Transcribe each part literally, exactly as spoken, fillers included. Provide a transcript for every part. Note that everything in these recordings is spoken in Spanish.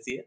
decía.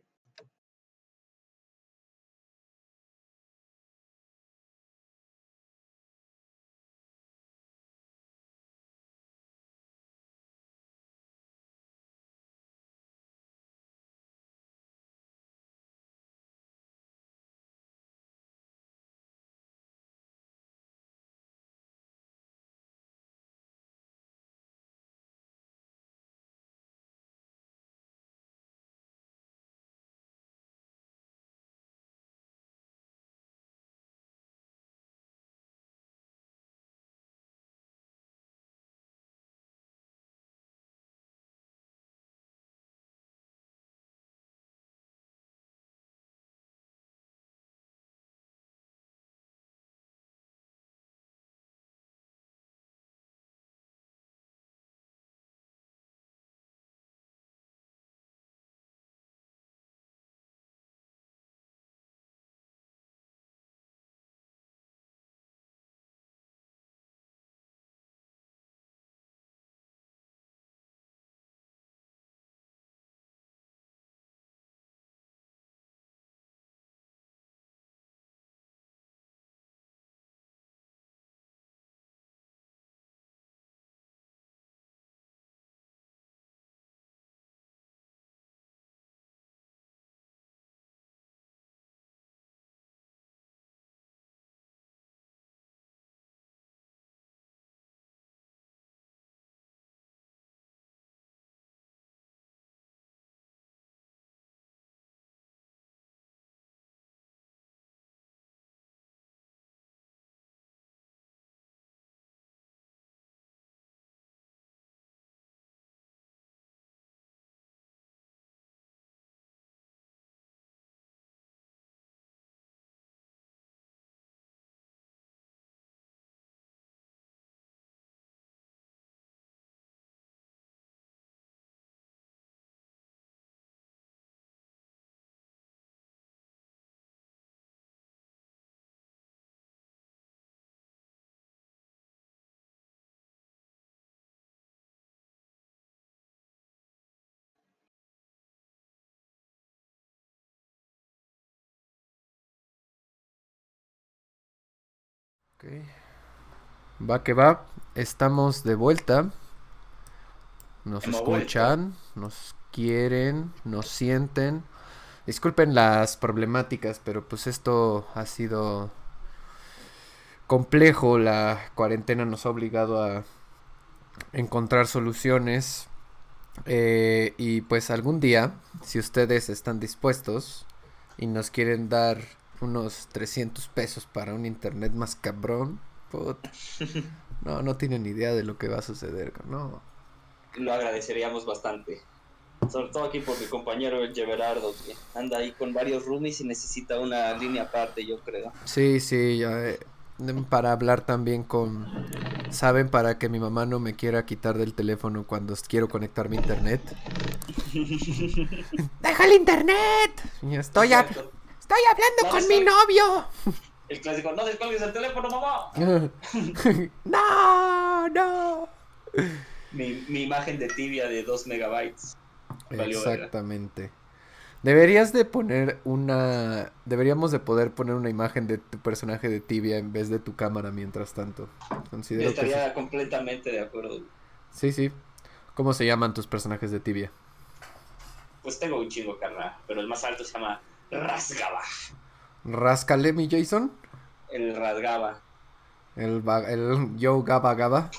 Ok. Va que va. Estamos de vuelta. Nos Hemos vuelto. escuchan, nos quieren, nos sienten. Disculpen las problemáticas, pero pues esto ha sido complejo. La cuarentena nos ha obligado a encontrar soluciones. Eh, y pues algún día, si ustedes están dispuestos y nos quieren dar unos trescientos pesos para un internet más cabrón, puta, no, no tienen idea de lo que va a suceder, no. Lo agradeceríamos bastante. Sobre todo aquí por mi compañero Everardo, que anda ahí con varios roomies y necesita una línea aparte, yo creo. Sí, sí, ya, eh, para hablar también con... ¿Saben? Para que mi mamá no me quiera quitar del teléfono cuando quiero conectar mi internet. ¡Deja el internet! Estoy, hab- Exacto. estoy hablando No con mi descolgues. novio. El clásico, no descolgues el teléfono, mamá. No, no. Mi, mi imagen de tibia de dos megabytes. Valió verga. Exactamente. Deberías de poner una... Deberíamos de poder poner una imagen de tu personaje de Tibia en vez de tu cámara mientras tanto. Considero que eso es... Estaría completamente de acuerdo. Sí, sí. ¿Cómo se llaman tus personajes de Tibia? Pues tengo un chingo, carnal, pero el más alto se llama Rasgaba. Rascale mi Jason. El Rasgaba. El, ba- el Yo Gaba Gaba.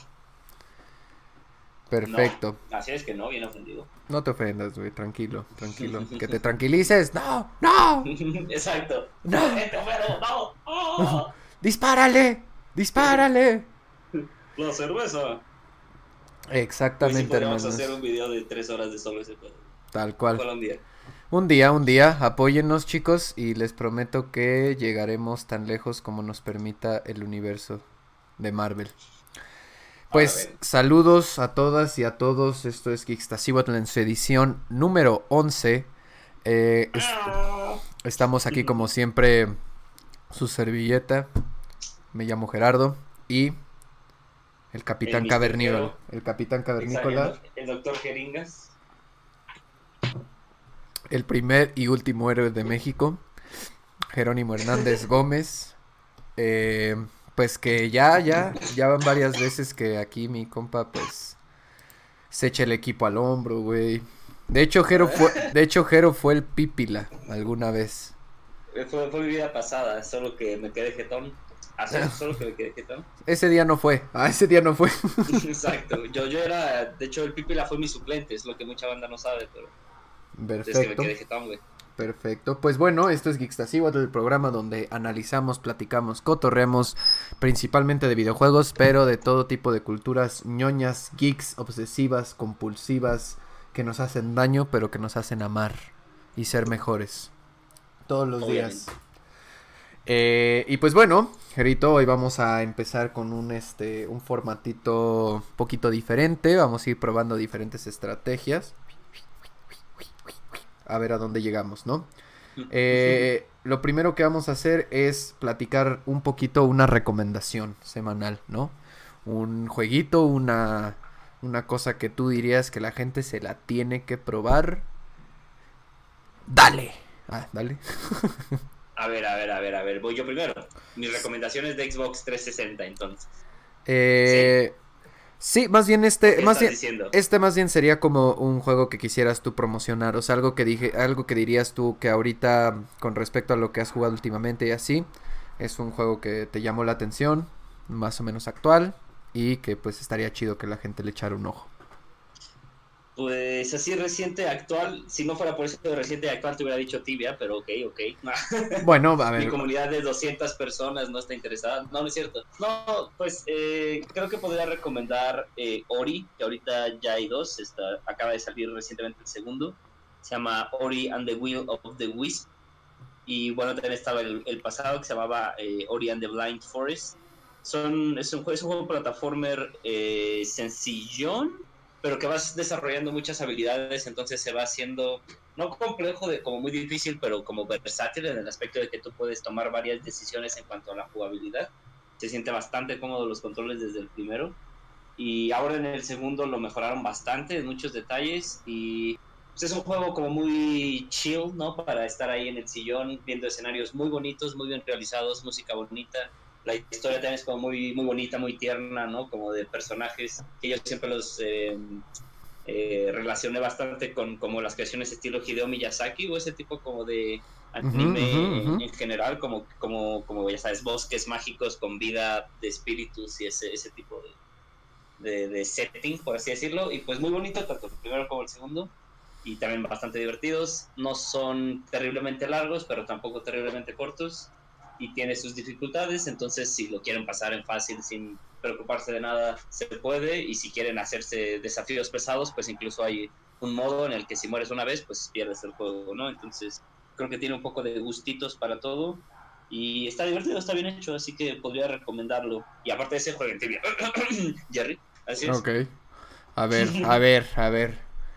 No, Perfecto. así es que no, bien ofendido. No te ofendas, güey. Tranquilo, tranquilo. Que te tranquilices. No, no, Exacto. no. Detente, Homero, no. ¡Oh! Dispárale. Dispárale. La cerveza. Pues sí, Exactamente, podríamos hacer hermanos. un video de tres horas de solo ese pedo. Tal cual. Ojalá un día. Un día, un día, apóyennos chicos y les prometo que llegaremos tan lejos como nos permita el universo de Marvel. Ahora Pues ven. saludos a todas y a todos, esto es Geekstasibatl en su edición número once. Eh, est estamos aquí como siempre, su servilleta, me llamo Gerardo y el El Capitán mister Cavernícola. Gero. El Capitán El, Cavernícola. el doctor Jeringas. el primer y último héroe de México, Jerónimo Hernández Gómez. Eh, pues que ya, ya, ya van varias veces que aquí mi compa, pues, se echa el equipo al hombro, güey. De hecho, Jero fue, de hecho, Jero fue el pípila alguna vez. Fue, fue mi vida pasada, solo que me quedé jetón. Hace solo que me quedé jetón. Ese día no fue, ah, ese día no fue. Exacto, yo, yo era, de hecho el pípila fue mi suplente, es lo que mucha banda no sabe, pero... Perfecto. Es que me quedé jetón, güey. Perfecto, pues bueno, esto es Geekstasivo, el programa donde analizamos, platicamos, cotorreamos, principalmente de videojuegos, pero de todo tipo de culturas ñoñas, geeks, obsesivas, compulsivas, que nos hacen daño, pero que nos hacen amar y ser mejores todos los Obviamente. días. Eh, y pues bueno, Gerito, hoy vamos a empezar con un este un formatito un poquito diferente, vamos a ir probando diferentes estrategias. A ver a dónde llegamos, ¿no? Eh, lo primero que vamos a hacer es platicar un poquito una recomendación semanal, ¿no? Un jueguito, una, una cosa que tú dirías que la gente se la tiene que probar. Dale. Ah, dale. A ver, a ver, a ver, a ver, voy yo primero. Mis recomendaciones de Xbox trescientos sesenta, entonces. Eh... ¿Sí? Sí, más bien este, ¿Qué más estás bien, diciendo? este más bien sería como un juego que quisieras tú promocionar, o sea, algo que dije, algo que dirías tú que ahorita con respecto a lo que has jugado últimamente y así, es un juego que te llamó la atención, más o menos actual, y que pues estaría chido que la gente le echara un ojo. Pues así reciente, actual, si no fuera por eso de reciente actual te hubiera dicho Tibia, pero ok, ok. Bueno, a Mi ver. comunidad de doscientas personas no está interesada. No, no es cierto. No, pues eh, creo que podría recomendar eh, Ori, que ahorita ya hay dos. Está, acaba de salir recientemente el segundo. Se llama Ori and the Will of the Wisp. Y bueno, también estaba el, el pasado que se llamaba eh, Ori and the Blind Forest. Son, es, un, es un juego plataformer eh, sencillón, pero que vas desarrollando muchas habilidades, entonces se va haciendo, no complejo, de, como muy difícil, pero como versátil en el aspecto de que tú puedes tomar varias decisiones en cuanto a la jugabilidad. Se siente bastante cómodo los controles desde el primero. Y ahora en el segundo lo mejoraron bastante en muchos detalles y pues es un juego como muy chill, ¿no? Para estar ahí en el sillón viendo escenarios muy bonitos, muy bien realizados, música bonita. La historia también es como muy, muy bonita, muy tierna, ¿no? Como de personajes que yo siempre los eh, eh, relacioné bastante con como las creaciones estilo Hideo Miyazaki o ese tipo como de anime Uh-huh, uh-huh, en, uh-huh. en general, como, como, como ya sabes, bosques mágicos con vida de espíritus y ese, ese tipo de, de, de setting, por así decirlo, y pues muy bonito, tanto el primero como el segundo, y también bastante divertidos. No son terriblemente largos, pero tampoco terriblemente cortos, y tiene sus dificultades, entonces si lo quieren pasar en fácil sin preocuparse de nada, se puede, y si quieren hacerse desafíos pesados, pues incluso hay un modo en el que si mueres una vez, pues pierdes el juego, ¿no? Entonces creo que tiene un poco de gustitos para todo, y está divertido, está bien hecho, así que podría recomendarlo. Y aparte de ese juego en tibia, Jerry, así es. Ok. A ver, a ver, a ver.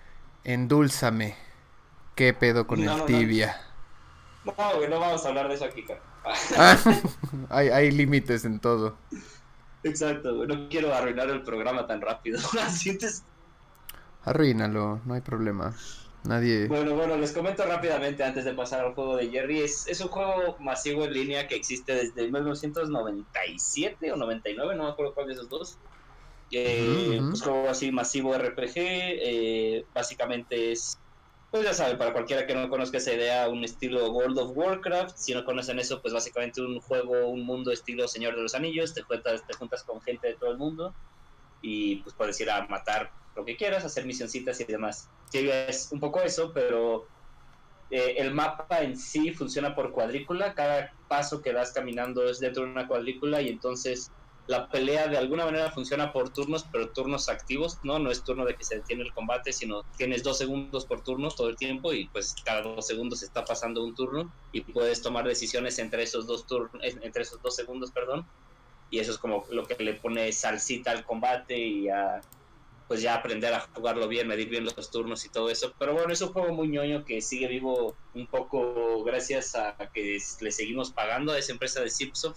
Endúlzame. ¿Qué pedo con No, el no, no. Tibia? No, güey, no vamos a hablar de eso aquí, cara. Ah, hay, hay límites en todo. Exacto, güey. No quiero arruinar el programa tan rápido. ¿Sientes? Arruínalo, no hay problema. Nadie. Bueno, bueno, les comento rápidamente antes de pasar al juego de Jerry. Es, es un juego masivo en línea que existe desde mil novecientos noventa y siete o noventa y nueve, no me acuerdo cuál de esos dos. Uh-huh, Eh, uh-huh. pues juego así masivo R P G, eh, básicamente es, pues ya saben, para cualquiera que no conozca esa idea, un estilo World of Warcraft. Si no conocen eso, pues básicamente un juego, un mundo estilo Señor de los Anillos. Te juntas, te juntas con gente de todo el mundo y pues puedes ir a matar lo que quieras, hacer misioncitas y demás. Sí, es un poco eso, pero eh, el mapa en sí funciona por cuadrícula. Cada paso que das caminando es dentro de una cuadrícula, y entonces la pelea de alguna manera funciona por turnos, pero turnos activos, ¿no? No es turno de que se detiene el combate, sino tienes dos segundos por turno todo el tiempo, y pues cada dos segundos está pasando un turno y puedes tomar decisiones entre esos dos turnos, entre esos dos segundos, perdón, y eso es como lo que le pone salsita al combate y a pues ya aprender a jugarlo bien, medir bien los turnos y todo eso. Pero bueno, es un juego muy ñoño que sigue vivo un poco gracias a que le seguimos pagando a esa empresa de Zipsoft,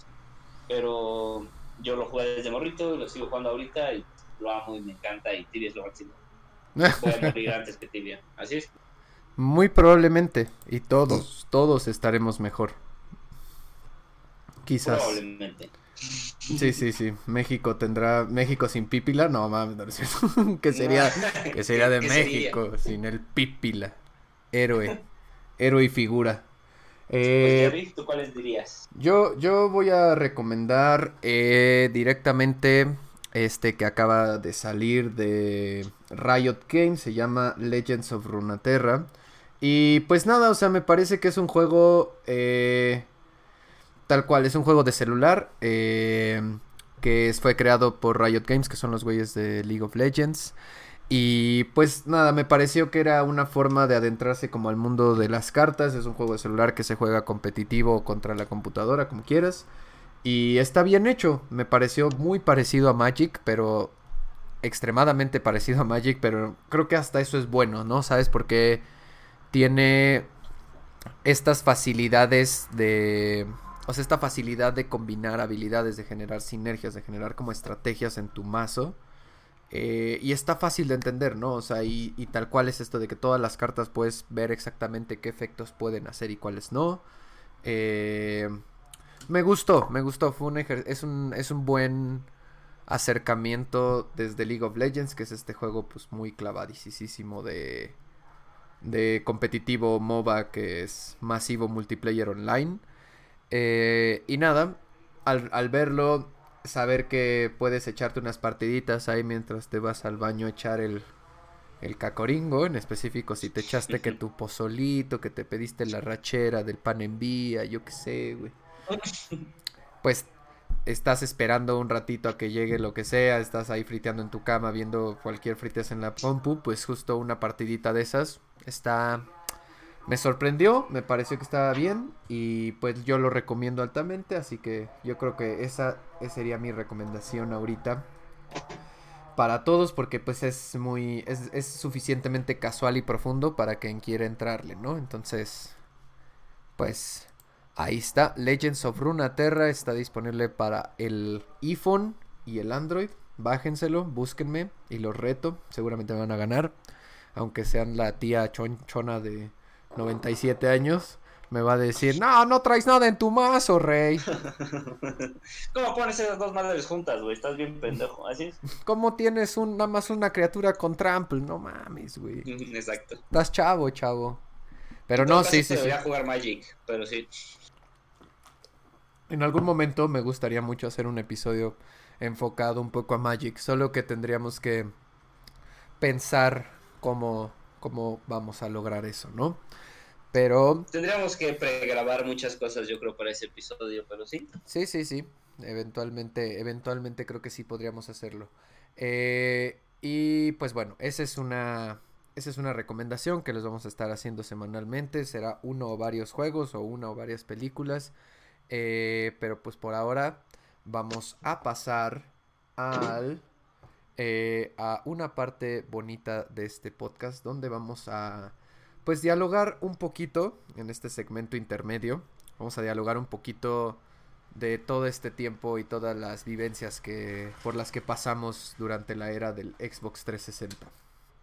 pero yo lo jugué desde morrito y lo sigo jugando ahorita y lo amo y me encanta, y Tibia es lo máximo. Voy a morir antes que Tibia, así es. Muy probablemente. Y todos, todos estaremos mejor. Quizás. Probablemente. Sí, sí, sí. México tendrá. México sin Pípila. No mames, no es cierto. ¿Qué sería, qué sería de ¿Qué México sería? sin el Pípila? Héroe. Héroe y figura. Pues Eh, Jerry, ¿tú cuáles dirías? yo, yo voy a recomendar eh, directamente este que acaba de salir de Riot Games. Se llama Legends of Runeterra. Y pues nada, o sea, me parece que es un juego eh, tal cual, es un juego de celular eh, que es- fue creado por Riot Games, que son los güeyes de League of Legends. Y pues nada, me pareció que era una forma de adentrarse como al mundo de las cartas. Es un juego de celular que se juega competitivo contra la computadora, como quieras. Y está bien hecho, me pareció muy parecido a Magic, pero extremadamente parecido a Magic, pero creo que hasta eso es bueno, ¿no? ¿Sabes? Porque tiene estas facilidades de... O sea, esta facilidad de combinar habilidades, de generar sinergias, de generar como estrategias en tu mazo. Eh, y está fácil de entender, ¿no? O sea, y, y tal cual es esto de que todas las cartas puedes ver exactamente qué efectos pueden hacer y cuáles no. Eh, me gustó, me gustó. Fue un ejer- es un es un buen acercamiento desde League of Legends, que es este juego pues muy clavadísimo de de competitivo MOBA que es masivo multiplayer online. Eh, y nada, al, al verlo, saber que puedes echarte unas partiditas ahí mientras te vas al baño a echar el, el cacoringo, en específico si te echaste que tu pozolito, que te pediste la rachera del pan en vía, yo qué sé, güey. Pues estás esperando un ratito a que llegue lo que sea, estás ahí friteando en tu cama viendo cualquier frites en la compu, pues justo una partidita de esas está... Me sorprendió, me pareció que estaba bien y pues yo lo recomiendo altamente, así que yo creo que esa, esa sería mi recomendación ahorita para todos porque pues es muy es, es suficientemente casual y profundo para quien quiera entrarle, ¿no? Entonces, pues ahí está, Legends of Runeterra está disponible para el iPhone y el Android. Bájenselo, búsquenme y los reto, seguramente me van a ganar, aunque sean la tía chonchona de noventa y siete años, me va a decir, no, no traes nada en tu mazo, rey. ¿Cómo pones esas dos madres juntas, güey? Estás bien pendejo, ¿así es? ¿Cómo tienes un, nada más una criatura con trample? No mames, güey. Exacto. Estás chavo, chavo. En Pero todo no, caso, sí, se sí, sí. debería jugar Magic, pero sí. En algún momento me gustaría mucho hacer un episodio enfocado un poco a Magic, solo que tendríamos que pensar cómo, cómo vamos a lograr eso, ¿no? Pero Tendríamos que pregrabar muchas cosas, yo creo, para ese episodio, pero sí. sí, sí, sí. Eventualmente, eventualmente creo que sí podríamos hacerlo. Eh, y pues bueno, esa es una, esa es una recomendación que les vamos a estar haciendo semanalmente. Será uno o varios juegos o una o varias películas. Eh, pero pues por ahora vamos a pasar al, eh, a una parte bonita de este podcast donde vamos a pues dialogar un poquito en este segmento intermedio. Vamos a dialogar un poquito de todo este tiempo y todas las vivencias que por las que pasamos durante la era del Xbox trescientos sesenta.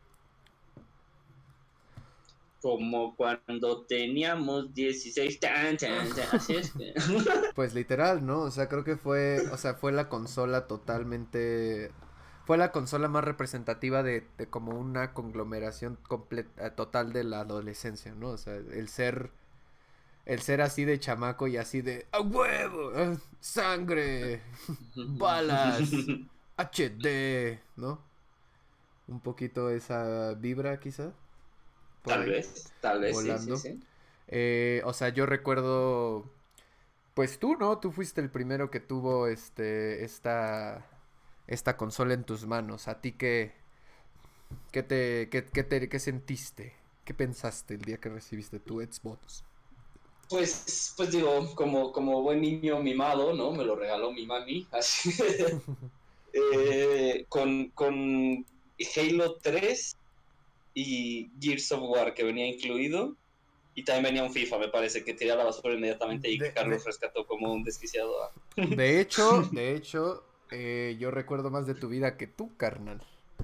Como cuando teníamos dieciséis. Tan, tan, tan, así es. Que... Pues literal, ¿no? O sea, creo que fue, o sea, fue la consola totalmente, fue la consola más representativa de, de como una conglomeración completa, total de la adolescencia, ¿no? O sea, el ser, el ser así de chamaco y así de, ¡a huevo! ¡Ah! ¡Sangre! ¡Balas! H D, ¿no? Un poquito esa vibra quizá, por Tal ahí, vez, tal vez, sí, sí, volando. sí. Eh, o sea, yo recuerdo pues tú, ¿no? Tú fuiste el primero que tuvo este esta esta consola en tus manos. ¿A ti qué qué te qué, qué te qué sentiste? ¿Qué pensaste el día que recibiste tu Xbox? Pues, pues digo, como, como buen niño mimado, ¿no? Me lo regaló mi mami, así. eh, con, con Halo tres y Gears of War que venía incluido. Y también venía un FIFA, me parece, que tiré a la basura inmediatamente y que De, de, Carlos rescató como un desquiciado. A... de hecho, de hecho, eh, yo recuerdo más de tu vida que tú, carnal.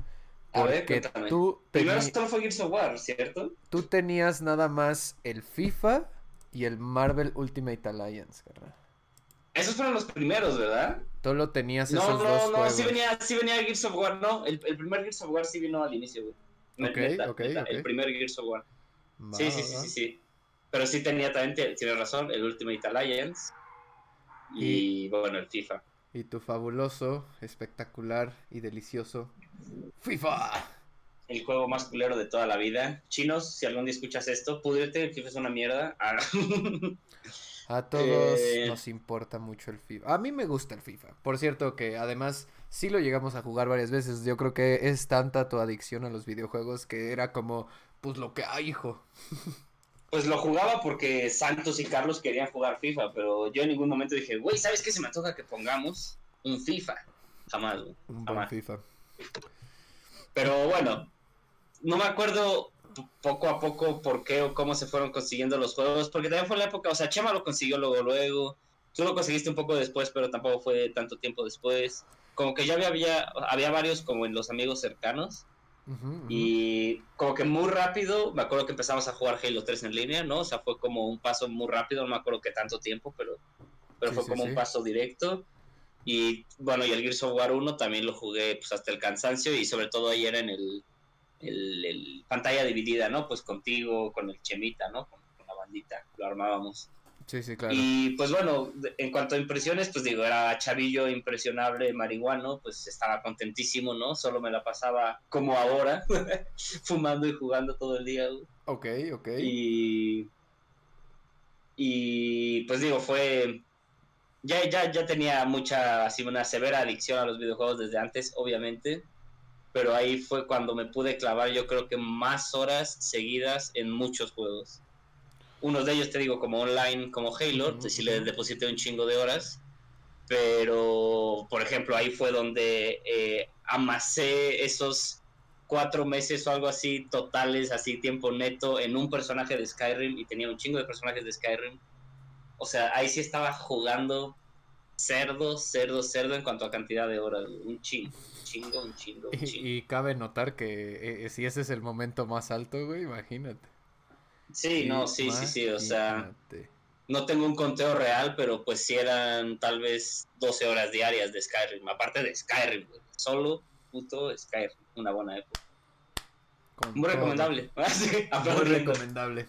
A ver, Porque cuéntame. tú, Primero teni- solo fue Gears of War, ¿cierto? tú tenías nada más el FIFA y el Marvel Ultimate Alliance, carnal. Esos fueron los primeros, ¿verdad? Solo tenías No, esos no, dos no, sí juegos. venía, sí venía Gears of War, no, el, el primer Gears of War sí vino al inicio, güey. Ok, Neta, ok, neta, ok. el primer Gears of War. Va, Sí, sí, va, sí, va. sí, sí. Pero sí tenía también, tienes razón, el Ultimate Alliance Y, y bueno, el FIFA. y tu fabuloso, espectacular y delicioso FIFA. El juego más culero de toda la vida. Chinos, si algún día escuchas esto, púdrete, el FIFA es una mierda. Ah. A todos eh, nos importa mucho el FIFA. A mí me gusta el FIFA. Por cierto que además sí lo llegamos a jugar varias veces. Yo creo que es tanta tu adicción a los videojuegos que era como, pues lo que hay, hijo. pues lo jugaba porque Santos y Carlos querían jugar FIFA, pero yo en ningún momento dije, güey, ¿sabes qué se me antoja que pongamos? Un FIFA. Jamás, güey, Un buen jamás. FIFA. Pero bueno, no me acuerdo poco a poco por qué o cómo se fueron consiguiendo los juegos, porque también fue la época, o sea, Chema lo consiguió luego, luego, tú lo conseguiste un poco después, pero tampoco fue tanto tiempo después. Como que ya había, había, había varios como en los amigos cercanos, Ujú, ujú. y como que muy rápido, me acuerdo que empezamos a jugar Halo tres en línea, ¿no? O sea, fue como un paso muy rápido, no me acuerdo qué tanto tiempo, pero, pero Sí, fue sí, como un sí. paso directo. Y bueno, y el Gears of War uno también lo jugué pues hasta el cansancio y sobre todo ahí era en el, el, el pantalla dividida, ¿no? Pues contigo, con el Chemita, ¿no? Con, con la bandita, lo armábamos. Sí, sí, claro. Y pues bueno, en cuanto a impresiones, pues digo, era chavillo impresionable, marihuano, pues estaba contentísimo, ¿no? Solo me la pasaba como ahora, fumando y jugando todo el día. Güey. Ok, ok. Y, y pues digo, fue... Ya, ya, ya tenía mucha, así una severa adicción a los videojuegos desde antes, obviamente, pero ahí fue cuando me pude clavar yo creo que más horas seguidas en muchos juegos. Unos de ellos te digo como online, como Ujú, Halo, te sí le ujú. deposité un chingo de horas, pero por ejemplo ahí fue donde eh, amasé esos cuatro meses o algo así totales, así tiempo neto en un personaje de Skyrim y tenía un chingo de personajes de Skyrim. O sea, ahí sí estaba jugando cerdo, cerdo, cerdo en cuanto a cantidad de horas. Un chingo, un chingo, un chingo, un Y, chingo. y cabe notar que eh, si ese es el momento más alto, güey, imagínate. Sí, no, sí, sí, sí, o sea, Imagínate. no tengo un conteo real, pero pues sí eran tal vez doce horas diarias de Skyrim, aparte de Skyrim, güey, solo puto Skyrim, una buena época. Con Muy todo. recomendable, sí, Muy aplaudiendo. recomendable.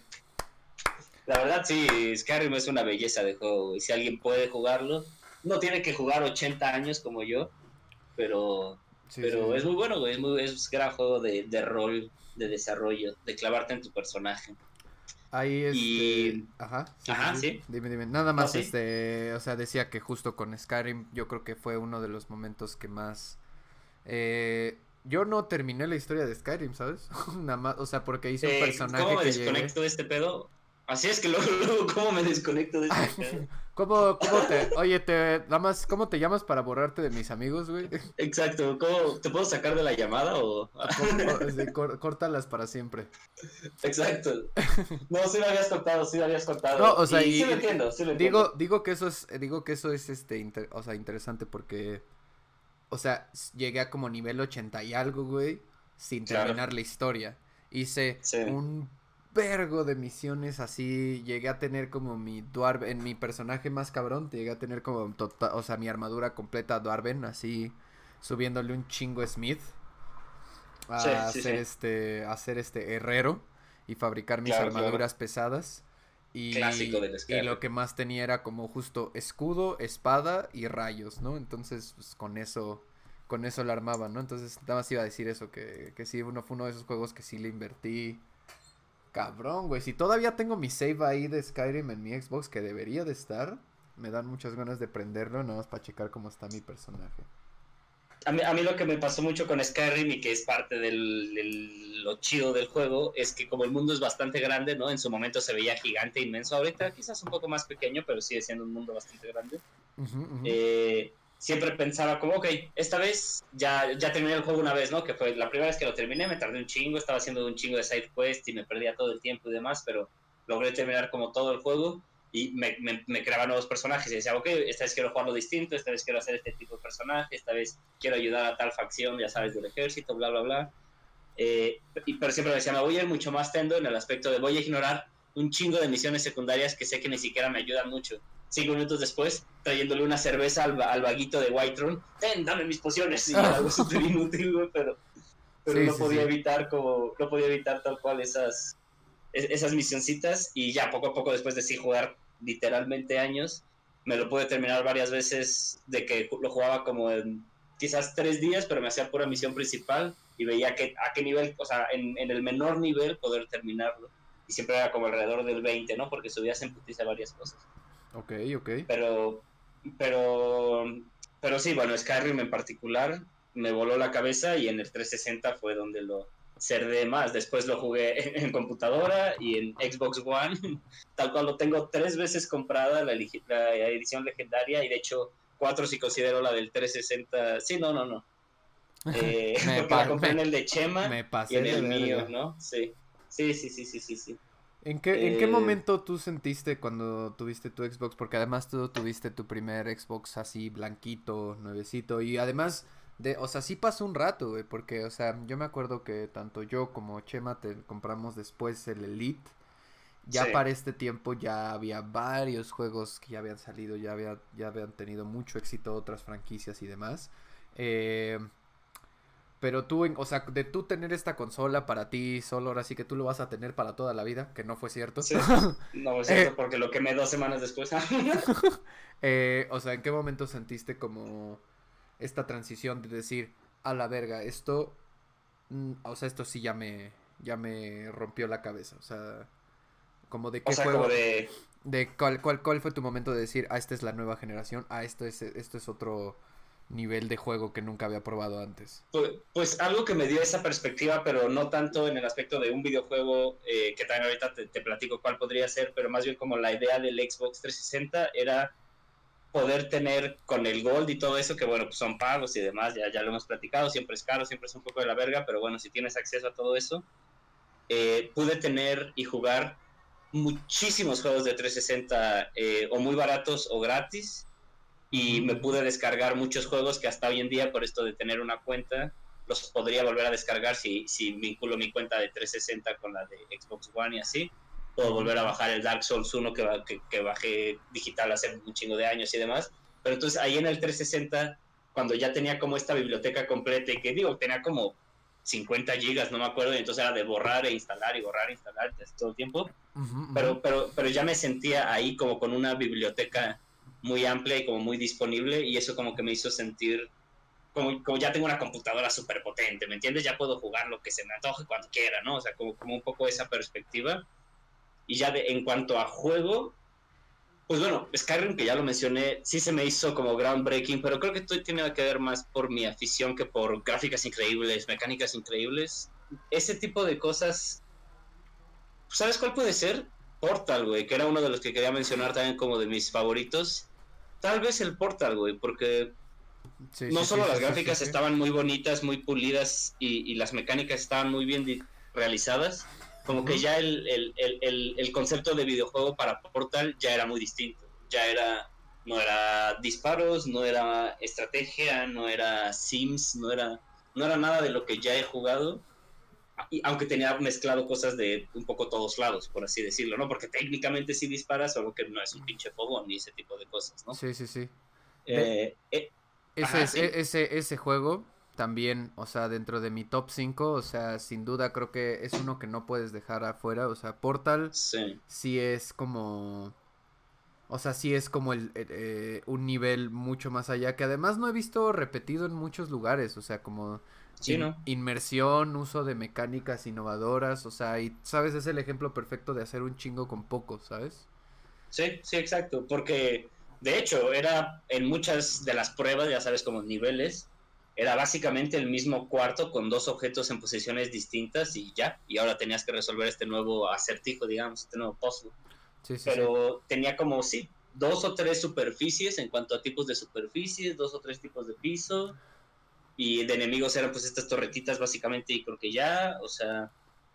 La verdad, sí, Skyrim es una belleza de juego, y si alguien puede jugarlo, no tiene que jugar ochenta años como yo, pero, Sí, sí, pero sí. es muy bueno, güey, es, muy, es un gran juego de, de rol, de desarrollo, de clavarte en tu personaje. Ahí este, Y, ajá, sí, sí, ajá, sí. sí, Dime, dime. Nada no, más sí. este, o sea, decía que justo con Skyrim yo creo que fue uno de los momentos que más eh, yo no terminé la historia de Skyrim, ¿sabes? Nada más, o sea, porque hice un Eh, ¿Cómo personaje me que llegué. desconecto de este pedo? Así es que luego, luego, ¿cómo me desconecto de este pedo? ¿Cómo, cómo te, oye, te, nada más, ¿cómo te llamas para borrarte de mis amigos, güey? Exacto, ¿cómo te puedo sacar de la llamada o...? Co- co- sí, cor- córtalas para siempre. Exacto. No, sí lo habías contado, sí lo habías No, contado. o sea, Y y, sí lo y- entiendo, sí lo digo, entiendo. digo que eso es, digo que eso es, este, inter- o sea, interesante porque, o sea, s- llegué a como nivel ochenta y algo, güey, sin Claro, terminar la historia. Hice sí, un vergo de misiones así, llegué a tener como mi Dwarven, en mi personaje más cabrón, llegué a tener como, tota- o sea, mi armadura completa Dwarven, así, subiéndole un chingo Smith sí, a sí, hacer sí. este, a hacer este herrero y fabricar mis Claro, claro. armaduras pesadas. Clásico Y, del y lo Skyrim. que más tenía era como justo escudo, espada y rayos, ¿no? Entonces, pues con eso, con eso la armaba, ¿no? Entonces, nada más iba a decir eso, que, que sí, uno fue uno de esos juegos que sí le invertí. Cabrón, güey. Si todavía tengo mi save ahí de Skyrim en mi Xbox, que debería de estar, me dan muchas ganas de prenderlo, nada más para checar cómo está mi personaje. A mí, a mí lo que me pasó mucho con Skyrim y que es parte del, del, lo chido del juego es que como el mundo es bastante grande, ¿no? En su momento se veía gigante, inmenso. Ahorita quizás un poco más pequeño, pero sigue siendo un mundo bastante grande. Ujú, ujú. Eh, siempre pensaba como, ok, esta vez ya, ya terminé el juego una vez, ¿no? Que fue la primera vez que lo terminé, me tardé un chingo, estaba haciendo un chingo de side quest y me perdía todo el tiempo y demás, pero logré terminar como todo el juego y me, me, me creaba nuevos personajes y decía, ok, esta vez quiero jugarlo distinto, esta vez quiero hacer este tipo de personaje, esta vez quiero ayudar a tal facción, ya sabes, del ejército, bla, bla, bla. Eh, y, pero siempre me decía, me voy a ir mucho más tendo en el aspecto de voy a ignorar un chingo de misiones secundarias que sé que ni siquiera me ayudan mucho. Cinco minutos después, trayéndole una cerveza al, al vaguito de Whiterun, ten, dame mis pociones, y era algo súper inútil, güey, pero, pero Sí, no sí, podía sí. evitar como, no podía evitar tal cual esas, esas misioncitas, y ya poco a poco después de sí jugar literalmente años, me lo pude terminar varias veces, de que lo jugaba como en quizás tres días, pero me hacía pura misión principal, y veía que, a qué nivel, o sea, en, en el menor nivel poder terminarlo, y siempre era como alrededor del veinte, ¿no? Porque subías en putiza varias cosas. Ok, ok. Pero, pero, pero sí, bueno, Skyrim en particular me voló la cabeza y en el trescientos sesenta fue donde lo cerdé más. Después lo jugué en, en computadora y en Xbox One, tal cual lo tengo tres veces comprada la, la edición legendaria y de hecho cuatro si considero la del trescientos sesenta. Sí, no, no, no. Eh, me, porque la pa compré me, en el de me Chema y pasé en de el mío, verga. ¿no? Sí, sí, sí, sí, sí, sí, sí. ¿En qué, ¿En qué Eh, momento tú sentiste cuando tuviste tu Xbox? Porque además tú tuviste tu primer Xbox así blanquito, nuevecito. Y además, de, o sea, sí pasó un rato, güey. Porque, o sea, yo me acuerdo que tanto yo como Chema te compramos después el Elite. sí. Ya para este tiempo ya había varios juegos que ya habían salido, ya, había, ya habían tenido mucho éxito otras franquicias y demás. Eh, pero tú, o sea, de tú tener esta consola para ti solo, ahora sí que tú lo vas a tener para toda la vida, que no fue cierto. Sí, no es cierto, eh, porque lo quemé dos semanas después. eh, o sea, ¿en qué momento sentiste como esta transición de decir, a la verga, esto, mm, o sea, esto sí ya me, ya me rompió la cabeza? O sea, como de O qué sea, como juego, de, de cuál, cuál, cuál fue tu momento de decir, ah, esta es la nueva generación, ah, esto es, esto es otro nivel de juego que nunca había probado antes. pues, pues algo que me dio esa perspectiva, pero no tanto en el aspecto de un videojuego, eh, que también ahorita te, te platico cuál podría ser, pero más bien como la idea del Xbox trescientos sesenta era poder tener con el Gold y todo eso, que bueno, pues son pagos y demás, ya, ya lo hemos platicado, siempre es caro, siempre es un poco de la verga, pero bueno, si tienes acceso a todo eso, eh, pude tener y jugar muchísimos juegos de trescientos sesenta, eh, o muy baratos o gratis, Ujú, y me ujú. pude descargar muchos juegos que hasta hoy en día, por esto de tener una cuenta, los podría volver a descargar si, si vinculo mi cuenta de trescientos sesenta con la de Xbox One y así. Puedo Ujú, volver a ujú. bajar el Dark Souls uno que, que, que bajé digital hace un chingo de años y demás. Pero entonces ahí en el trescientos sesenta, cuando ya tenía como esta biblioteca completa, y que digo, tenía como cincuenta gigas, no me acuerdo, y entonces era de borrar e instalar y borrar e instalar todo el tiempo, Ujú, ujú. pero, pero, pero ya me sentía ahí como con una biblioteca muy amplia y como muy disponible, y eso como que me hizo sentir como, como ya tengo una computadora súper potente, ¿me entiendes? Ya puedo jugar lo que se me antoje cuando quiera, ¿no? O sea, como, como un poco esa perspectiva. Y ya de, en cuanto a juego, pues bueno, Skyrim, que ya lo mencioné, sí se me hizo como groundbreaking, pero creo que esto tiene que ver más por mi afición que por gráficas increíbles, mecánicas increíbles. Ese tipo de cosas. ¿Sabes cuál puede ser? Portal, güey, que era uno de los que quería mencionar también como de mis favoritos. Tal vez el Portal, güey, porque Sí, no sí, sí, solo las sí, sí, sí, gráficas sí. estaban muy bonitas, muy pulidas, y, y las mecánicas estaban muy bien di- realizadas, como que Ujú. ya el, el, el, el, el concepto de videojuego para Portal ya era muy distinto. Ya era, no era disparos, no era estrategia, no era Sims, no era, no era nada de lo que ya he jugado, y aunque tenía mezclado cosas de un poco todos lados, por así decirlo, ¿no? Porque técnicamente sí disparas, solo que no es un pinche fogón ni ese tipo de cosas, ¿no? Sí, sí, sí. De, Eh, eh, ese, ajá, es, sí, e- ese, ese juego también, o sea, dentro de mi top cinco, o sea, sin duda creo que es uno que no puedes dejar afuera. O sea, Portal sí, sí es como... O sea, sí es como el, el, eh, un nivel mucho más allá, que además no he visto repetido en muchos lugares, o sea, como sí, in- ¿no? inmersión, uso de mecánicas innovadoras, o sea, y sabes, es el ejemplo perfecto de hacer un chingo con poco, ¿sabes? Sí, sí, exacto, porque de hecho era en muchas de las pruebas, ya sabes, como niveles, era básicamente el mismo cuarto con dos objetos en posiciones distintas y ya, y ahora tenías que resolver este nuevo acertijo, digamos, este nuevo puzzle. Sí, sí, sí. Pero tenía como, sí, dos o tres superficies en cuanto a tipos de superficies, dos o tres tipos de piso, y de enemigos eran pues estas torretitas básicamente, y creo que ya, o sea,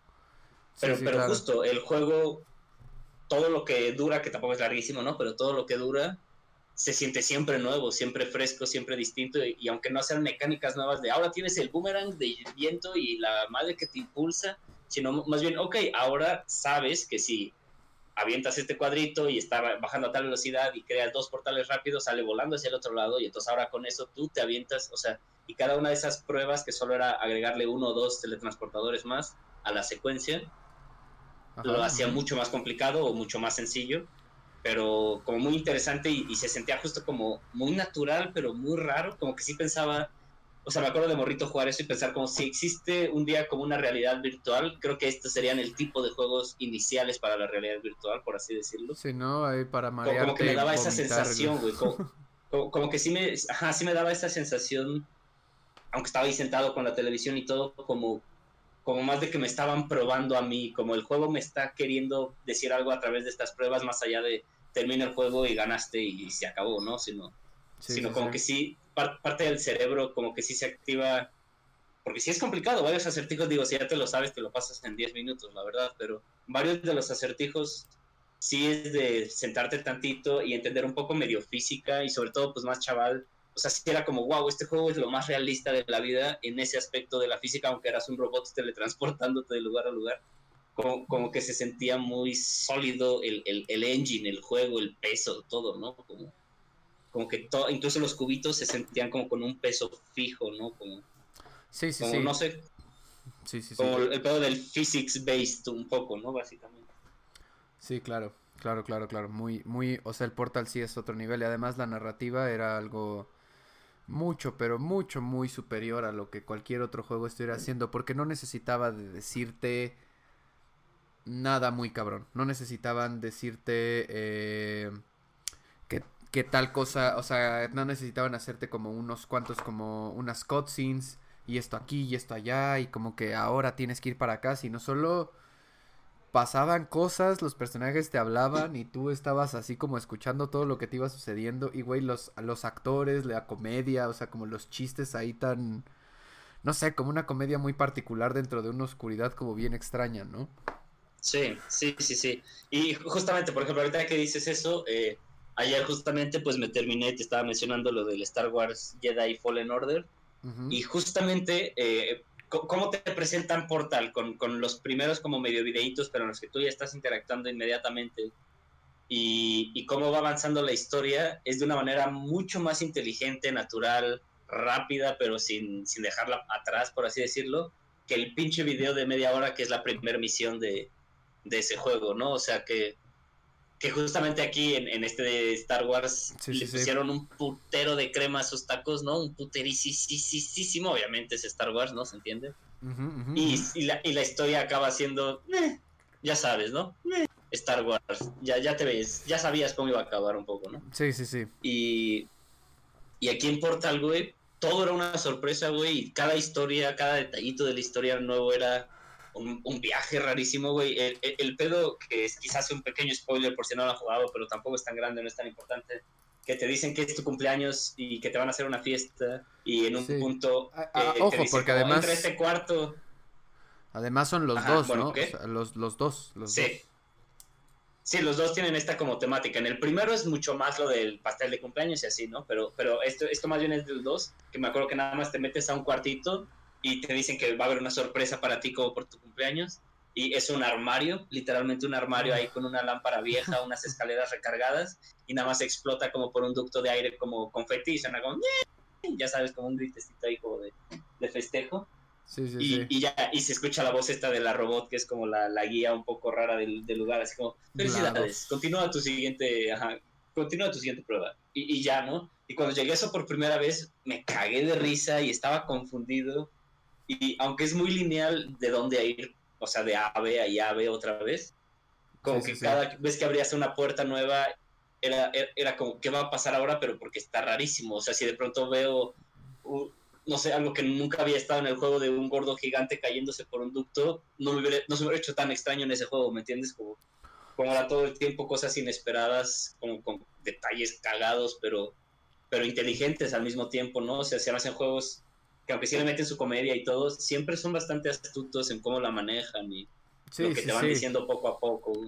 Sí, pero, sí, pero claro. justo el juego, todo lo que dura, que tampoco es larguísimo, ¿no? Pero todo lo que dura, se siente siempre nuevo, siempre fresco, siempre distinto, y, y aunque no sean mecánicas nuevas de ahora tienes el boomerang de viento y la madre que te impulsa, sino más bien, ok, ahora sabes que si avientas este cuadrito y está bajando a tal velocidad y creas dos portales rápidos, sale volando hacia el otro lado, y entonces ahora con eso tú te avientas, o sea, y cada una de esas pruebas, que solo era agregarle uno o dos teletransportadores más a la secuencia, Ajá, lo hacía ajá. mucho más complicado o mucho más sencillo, pero como muy interesante, y, y se sentía justo como muy natural, pero muy raro, como que sí pensaba, o sea, me acuerdo de morrito jugar eso y pensar como si existe un día como una realidad virtual, creo que estos serían el tipo de juegos iniciales para la realidad virtual, por así decirlo. Sí, ¿no? Ahí para Como, como que marearte me y daba esa vomitar. sensación, güey, como, como, como que sí me, ajá, sí me daba esa sensación, aunque estaba ahí sentado con la televisión y todo, como como más de que me estaban probando a mí, como el juego me está queriendo decir algo a través de estas pruebas, más allá de termina el juego y ganaste y se acabó, ¿no? Sino, Sí, sino sí, sí. como que sí, par, parte del cerebro como que sí se activa, porque sí es complicado, varios acertijos, digo, si ya te lo sabes, te lo pasas en diez minutos, la verdad, pero varios de los acertijos sí es de sentarte tantito y entender un poco medio física, y sobre todo pues más chaval, o sea, sí era como, wow, este juego es lo más realista de la vida en ese aspecto de la física, aunque eras un robot teletransportándote de lugar a lugar, como, como que se sentía muy sólido el, el, el engine, el juego, el peso, todo, ¿no? Como, como que todo, incluso los cubitos se sentían como con un peso fijo, ¿no? Como, Sí, sí, como sí. no sé, Sí, sí, sí. como el pedo del physics based un poco, ¿no? Básicamente. Sí, claro. Claro, claro, claro. Muy, muy. O sea, el Portal sí es otro nivel. Y además la narrativa era algo mucho, pero mucho, muy superior a lo que cualquier otro juego estuviera haciendo. Porque no necesitaba de decirte nada muy cabrón. No necesitaban decirte eh, que, que tal cosa. O sea, no necesitaban hacerte como unos cuantos, como unas cutscenes. Y esto aquí y esto allá. Y como que ahora tienes que ir para acá. Sino solo pasaban cosas, los personajes te hablaban y tú estabas así como escuchando todo lo que te iba sucediendo. Y güey, los, los actores, la comedia, o sea, como los chistes ahí tan... No sé, como una comedia muy particular dentro de una oscuridad como bien extraña, ¿no? Sí, sí, sí, sí. Y justamente, por ejemplo, ahorita que dices eso, eh, ayer justamente pues me terminé, te estaba mencionando lo del Star Wars Jedi Fallen Order, Ujú. y justamente eh, cómo te presentan Portal con, con los primeros como medio videitos, pero en los que tú ya estás interactuando inmediatamente, y, y cómo va avanzando la historia, es de una manera mucho más inteligente, natural, rápida, pero sin, sin dejarla atrás, por así decirlo, que el pinche video de media hora que es la primera misión de, de ese juego, ¿no? O sea que, que justamente aquí en, en este de Star Wars Sí, sí, le sí. pusieron un putero de crema a sus tacos, ¿no? Un puterísimo, obviamente es Star Wars, ¿no? ¿Se entiende? Ujú, ujú, Y, ujú. y, la, y la historia acaba siendo, eh, ya sabes, ¿no? Eh, Star Wars, ya, ya te ves, ya sabías cómo iba a acabar un poco, ¿no? Sí, sí, sí. Y, y aquí en Portal, güey, todo era una sorpresa, güey, y cada historia, cada detallito de la historia nuevo era un, un viaje rarísimo, güey. El, el, el, pedo, que es quizás un pequeño spoiler por si no lo han jugado, pero tampoco es tan grande, no es tan importante, que te dicen que es tu cumpleaños y que te van a hacer una fiesta, y en un Sí. punto Ah, ah, eh, te ojo, dicen porque como, entra a además... este cuarto. Además son los Ajá, dos, bueno, ¿no? O ¿qué? sea, los, los dos, los dos. Sí. Sí, los dos tienen esta como temática. En el primero es mucho más lo del pastel de cumpleaños y así, ¿no? Pero, pero esto, esto más bien es del dos, que me acuerdo que nada más te metes a un cuartito y te dicen que va a haber una sorpresa para ti como por tu cumpleaños. Y es un armario, literalmente un armario ahí con una lámpara vieja, unas escaleras recargadas, y nada más explota como por un ducto de aire como confeti y suena como, ya sabes, como un gritecito ahí como de, de festejo. Sí, sí, Y, sí. y ya, y se escucha la voz esta de la robot, que es como la, la guía un poco rara del, del lugar, así como, felicidades, GLaDOS. continúa tu siguiente, ajá, continúa tu siguiente prueba. Y, y ya, ¿no? Y cuando llegué a eso por primera vez, me cagué de risa y estaba confundido. Y aunque es muy lineal de dónde ir, o sea, de A a B a y A a B otra vez, Sí, como sí, que sí. cada vez que abrías una puerta nueva, era, era, era como, ¿qué va a pasar ahora? Pero porque está rarísimo. O sea, si de pronto veo, uh, no sé, algo que nunca había estado en el juego de un gordo gigante cayéndose por un ducto, no, me hubiera, no se me hubiera hecho tan extraño en ese juego, ¿me entiendes? Como, como era todo el tiempo cosas inesperadas, como con detalles cagados, pero, pero inteligentes al mismo tiempo, ¿no? O sea, se hacen juegos que aunque sí le meten su comedia y todo, siempre son bastante astutos en cómo la manejan y lo Sí, que sí, te van sí. diciendo poco a poco.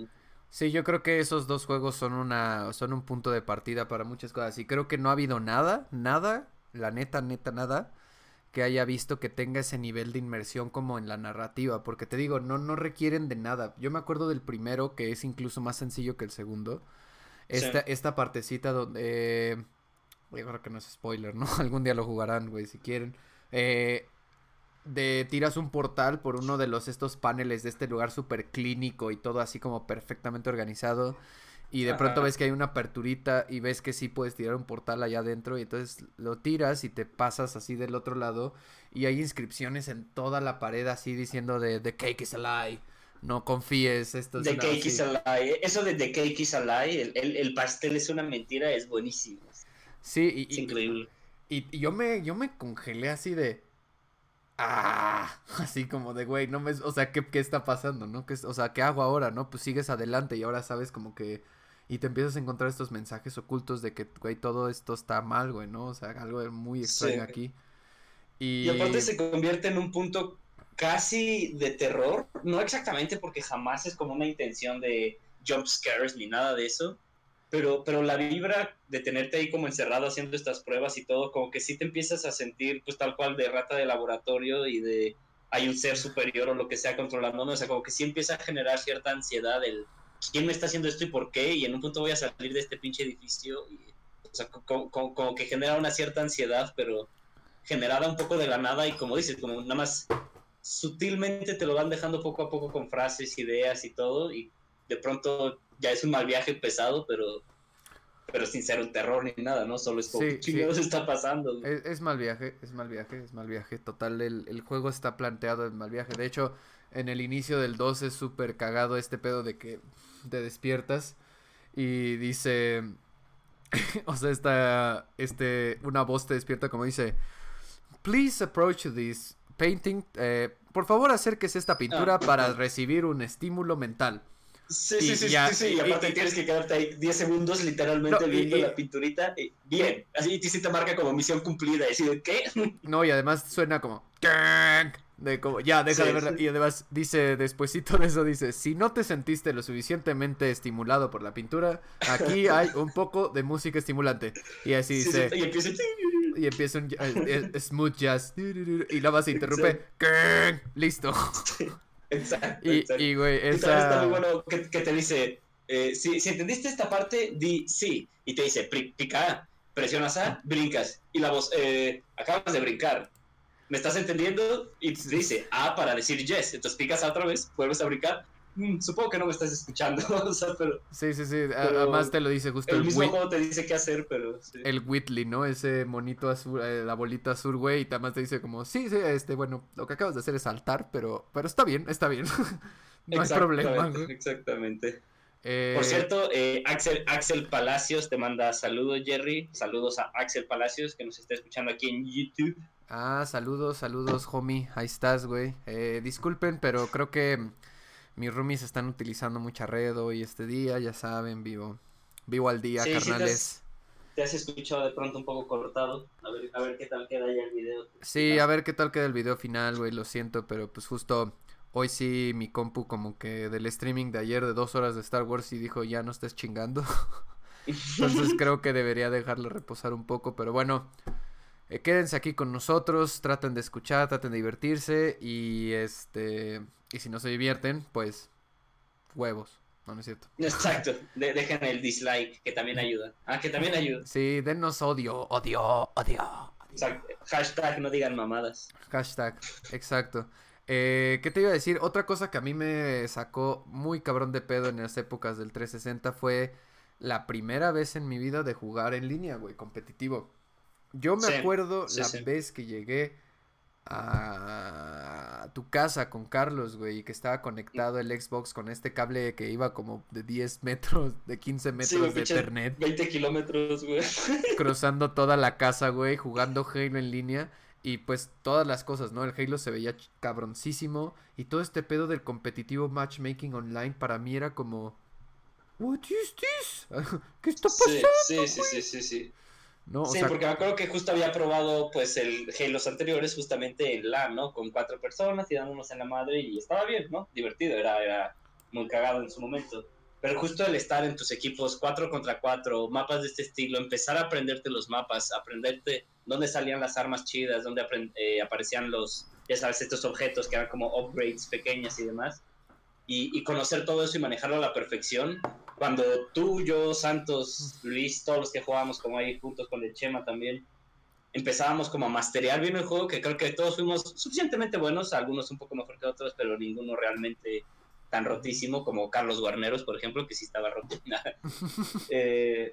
Sí, yo creo que esos dos juegos son una son un punto de partida para muchas cosas y creo que no ha habido nada, nada, la neta, neta, nada que haya visto que tenga ese nivel de inmersión como en la narrativa, porque te digo, no no requieren de nada. Yo me acuerdo del primero que es incluso más sencillo que el segundo. Sí. Esta esta partecita donde eh, yo creo que no es spoiler, ¿no? Algún día lo jugarán, güey, si quieren. Eh, de tiras un portal por uno de los estos paneles de este lugar súper clínico y todo así como perfectamente organizado y de pronto Ajá. ves que hay una aperturita y ves que sí puedes tirar un portal allá adentro y entonces lo tiras y te pasas así del otro lado y hay inscripciones en toda la pared así diciendo de The cake is a lie, no confíes, esto es The una Cake is así. a Lie. Eso de The Cake is a Lie, el, el, el pastel es una mentira, es buenísimo. Sí, Es y, increíble. y, y, y yo me yo me congelé así de ah, así como de, güey, no me, o sea, ¿qué, qué está pasando, no? ¿Qué, es- o sea, ¿qué hago ahora, no? Pues sigues adelante y ahora sabes como que, y te empiezas a encontrar estos mensajes ocultos de que, güey, todo esto está mal, güey, ¿no? O sea, algo muy extraño Sí. aquí. Y aparte Y, se convierte en un punto casi de terror, no exactamente porque jamás es como una intención de jump scares ni nada de eso, pero, pero la vibra de tenerte ahí como encerrado haciendo estas pruebas y todo, como que sí te empiezas a sentir pues tal cual de rata de laboratorio y de hay un ser superior o lo que sea controlándome, o sea, como que sí empieza a generar cierta ansiedad el quién me está haciendo esto y por qué, y en un punto voy a salir de este pinche edificio, y, o sea, como, como, como que genera una cierta ansiedad, pero generada un poco de la nada y como dices, como nada más sutilmente te lo van dejando poco a poco con frases, ideas y todo, y de pronto ya es un mal viaje pesado, pero, pero sin ser un terror ni nada, ¿no? Solo es como, ¿qué sí, sí, chingados está pasando? es, es mal viaje, es mal viaje, es mal viaje. Total, el, el juego está planteado en mal viaje. De hecho, en el inicio del dos es súper cagado este pedo de que te despiertas y dice, o sea, está, este, una voz te despierta como dice, please approach this painting. Eh, por favor, acérquese esta Ah, pintura para recibir un estímulo mental. sí, sí, Y, sí, y sí, ya, sí, y, y y, aparte y- tienes que quedarte ahí diez segundos no, literalmente y, viendo la y- pinturita, y bien, así y sí te marca como misión cumplida, y así de, ¿qué? no, y además suena como, de como, ya, deja de Sí, verla. Y además dice, despuesito de eso, dice, si no te sentiste lo suficientemente estimulado por la pintura, aquí hay un poco de música estimulante. Y así sí, sí, dice, y empieza, y empieza un eh, eh, smooth jazz, y la base interrumpe, exacto, listo. exacto, Y, exacto. y, güey, Y también está muy esa... bueno que, que te dice, eh, si, si, entendiste esta parte, di sí. Y te dice, pica A, presionas A, brincas. Y la voz, eh, acabas de brincar. ¿Me estás entendiendo? Y te dice A para decir yes. Entonces picas A otra vez, vuelves a brincar. Mm, supongo que no me estás escuchando. O sea, pero, Sí, sí, sí. a- Además pero te lo dice justo el el mismo Whi- juego te dice qué hacer, pero sí. el Whitley, ¿no? Ese monito azul, eh, la bolita azul, güey. Y además te dice como, sí, sí, este, bueno, lo que acabas de hacer es saltar, pero, pero está bien, está bien. No hay problema, Exactamente, güey. exactamente. Por Eh, cierto, eh, Axel, Axel Palacios te manda saludos, Jerry. Saludos a Axel Palacios, que nos está escuchando aquí en YouTube. ah, saludos, saludos, homie. Ahí estás, güey. Eh, disculpen, pero creo que mis roomies están utilizando mucha red hoy este día, ya saben, vivo. Vivo al día, Sí, sí, te carnales. has, te has escuchado de pronto un poco cortado. A ver, a ver qué tal queda ya el video Sí, a final. ver qué tal queda el video final, güey, lo siento, pero pues justo hoy sí mi compu como que del streaming de ayer de dos horas de Star Wars y dijo ya no estés chingando. Entonces creo que debería dejarlo reposar un poco, pero bueno, eh, quédense aquí con nosotros, traten de escuchar, traten de divertirse y este, y si no se divierten, pues huevos, no, no es cierto. Exacto, de, dejen el dislike, que también ayuda. Ah, que también ayuda. Sí, dennos odio, odio, odio, odio. Exacto. Hashtag no digan mamadas. Hashtag, exacto. Eh, ¿Qué te iba a decir? Otra cosa que a mí me sacó muy cabrón de pedo en las épocas del trescientos sesenta fue la primera vez en mi vida de jugar en línea, güey, competitivo. Yo me Sí, acuerdo sí, la sí. vez que llegué a tu casa con Carlos, güey, y que estaba conectado el Xbox con este cable que iba como de diez metros, de quince Sí, metros güey, de pinches Ethernet, veinte kilómetros, güey. cruzando toda la casa, güey, jugando Halo en línea. Y pues todas las cosas, ¿no? El Halo se veía ch- cabroncísimo. Y todo este pedo del competitivo matchmaking online para mí era como... What is this? ¿Qué está Sí, pasando, sí, sí, sí, güey? sí, sí. No, o Sí, sea, porque me acuerdo que justo había probado pues el Halo anteriores justamente en LAN, ¿no? Con cuatro personas y dándonos en la madre y estaba bien, ¿no? Divertido, era, era muy cagado en su momento. pero justo el estar en tus equipos cuatro contra cuatro, mapas de este estilo, empezar a aprenderte los mapas, aprenderte dónde salían las armas chidas, dónde eh, aparecían los, ya sabes, estos objetos que eran como upgrades pequeñas y demás, y, y conocer todo eso y manejarlo a la perfección. Cuando tú, yo, Santos, Luis, todos los que jugábamos como ahí juntos con el Chema también, empezábamos como a masterear bien el juego, que creo que todos fuimos suficientemente buenos, algunos un poco mejor que otros, pero ninguno realmente tan rotísimo como Carlos Guarneros, por ejemplo, que sí estaba roto. eh,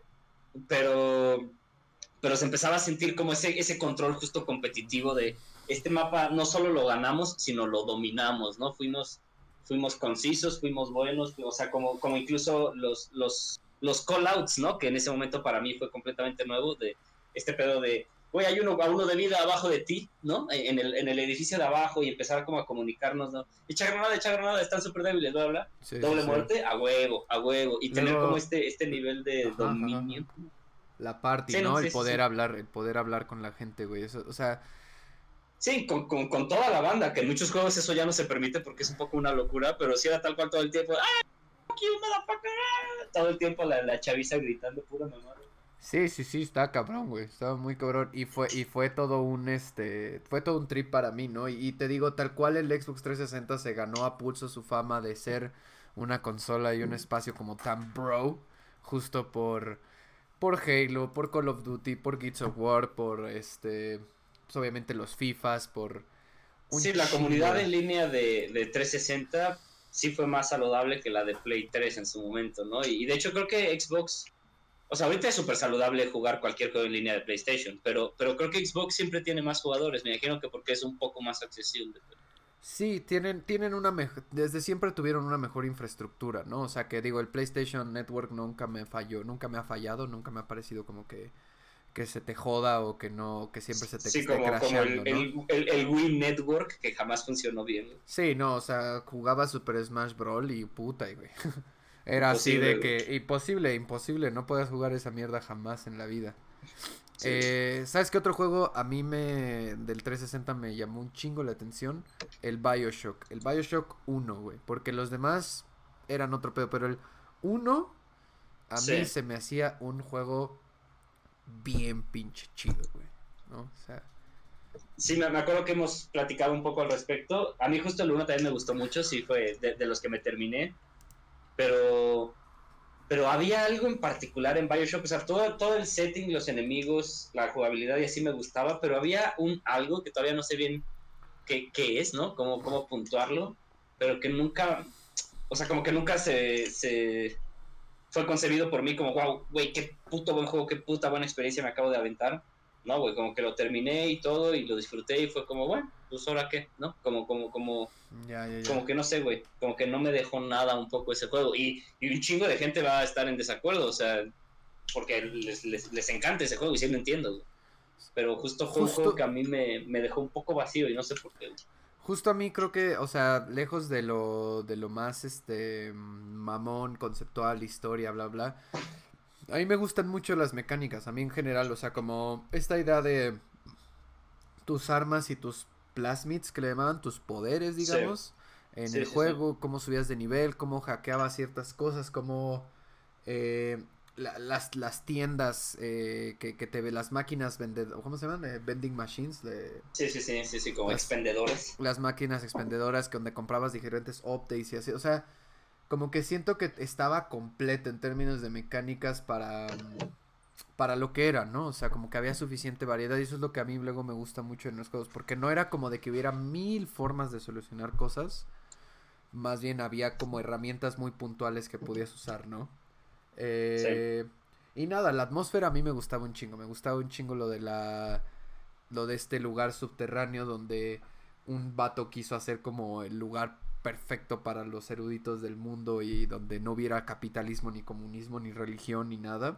pero, pero se empezaba a sentir como ese, ese control justo competitivo de este mapa no solo lo ganamos, sino lo dominamos, ¿no? Fuimos, fuimos concisos, fuimos buenos, o sea, como, como incluso los, los, los call-outs, ¿no? Que en ese momento para mí fue completamente nuevo, de este pedo de güey, hay uno a uno de vida abajo de ti, ¿no? En el, en el edificio de abajo y empezar como a comunicarnos, ¿no? Echa granada, echa granada, están súper débiles, bla, bla. Sí, Doble sí, muerte, sí. a huevo, a huevo. Y Luego, tener como este, este nivel de ajá, ajá, ajá. dominio. La party, Sí, no, ¿no? El sí, sí, poder sí. hablar, el poder hablar con la gente, güey. Eso, o sea, Sí, con, con, con toda la banda, que en muchos juegos eso ya no se permite porque es un poco una locura, pero sí era tal cual todo el tiempo. ¡Ah, fuck you, motherfucker! Todo el tiempo la, la chaviza gritando pura mamada. sí, sí, sí, está cabrón, güey. Estaba muy cabrón. Y fue, y fue todo un este. Fue todo un trip para mí, ¿no? Y, y te digo, tal cual el Xbox trescientos sesenta se ganó a pulso su fama de ser una consola y un espacio como tan bro. Justo por. Por Halo, por Call of Duty, por Gears of War, por este. Pues obviamente los FIFAs, por un Sí, la comunidad chingo. en línea de, de trescientos sesenta sí fue más saludable que la de Play tres en su momento, ¿no? Y, y de hecho creo que Xbox, o sea, ahorita es súper saludable jugar cualquier juego en línea de PlayStation, pero, pero creo que Xbox siempre tiene más jugadores, me imagino que porque es un poco más accesible. Sí, tienen, tienen una mejor, desde siempre tuvieron una mejor infraestructura, ¿no? O sea que digo, el PlayStation Network nunca me falló, nunca me ha fallado, nunca me ha parecido como que, que se te joda o que no, que siempre se te Sí, esté como, como el, crasheando, ¿no? el, el, el Wii Network, que jamás funcionó bien. Sí, no, o sea, jugaba Super Smash Brawl y puta, y güey. Era así de Imposible, güey. que imposible, imposible, no puedes jugar esa mierda jamás en la vida. Sí. Eh, ¿Sabes qué otro juego a mí me del trescientos sesenta me llamó un chingo la atención? El BioShock. El BioShock uno, güey. Porque los demás eran otro pedo, pero el uno a mí Sí. se me hacía un juego bien pinche chido, güey. ¿No? O sea, Sí, me, me acuerdo que hemos platicado un poco al respecto. A mí justo el uno también me gustó mucho, sí fue de, de los que me terminé, pero pero había algo en particular en BioShock, o sea, todo, todo el setting, los enemigos, la jugabilidad y así me gustaba, pero había un algo que todavía no sé bien qué, qué es, ¿no? Cómo, cómo puntuarlo, pero que nunca, o sea, como que nunca se, se fue concebido por mí como, wow, güey, qué puto buen juego, qué puta buena experiencia me acabo de aventar. No, güey, como que lo terminé y todo y lo disfruté y fue como, bueno, pues ahora qué, ¿no? Como, como, como, ya, ya, ya. como que no sé, güey, como que no me dejó nada un poco ese juego. Y, y un chingo de gente va a estar en desacuerdo, o sea, porque les, les, les encanta ese juego y sí lo entiendo, güey. Pero justo fue un juego que Justo, a mí me, me dejó un poco vacío y no sé por qué. justo a mí creo que, o sea, lejos de lo, de lo más, este, mamón, conceptual, historia, bla, bla. A mí me gustan mucho las mecánicas, a mí en general, o sea, como esta idea de tus armas y tus plasmids que le llamaban tus poderes, Sí, digamos, en el sí, sí, sí. juego, cómo subías de nivel, cómo hackeabas ciertas cosas, cómo eh, la, las, las tiendas eh, que, que te ve, las máquinas vendedoras, ¿cómo se llaman? Eh, vending machines, de, Sí, sí, sí, sí, sí, como las, expendedores. las máquinas expendedoras que donde comprabas diferentes updates y así, o sea, como que siento que estaba completo en términos de mecánicas para para lo que era, ¿no? O sea, como que había suficiente variedad y eso es lo que a mí luego me gusta mucho en los juegos, porque no era como de que hubiera mil formas de solucionar cosas, más bien había como herramientas muy puntuales que podías usar, ¿no? Sí. Eh, y nada, la atmósfera a mí me gustaba un chingo, me gustaba un chingo lo de la, lo de este lugar subterráneo donde un vato quiso hacer como el lugar perfecto para los eruditos del mundo y donde no hubiera capitalismo ni comunismo ni religión ni nada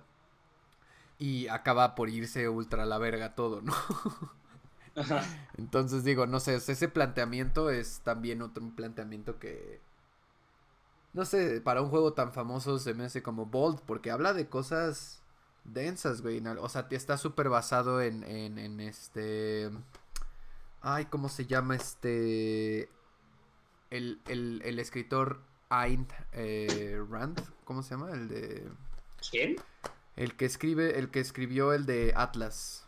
y acaba por irse ultra a la verga todo, ¿no? Ajá. Entonces digo, no sé, ese planteamiento es también otro planteamiento que, no sé, para un juego tan famoso se me hace como bold, porque habla de cosas densas, güey. O sea, está súper basado en, en, en este... Ay, ¿cómo se llama este... El, el, el escritor Ayn eh, Rand, ¿cómo se llama? El de... ¿Quién? El que escribe, el que escribió el de Atlas.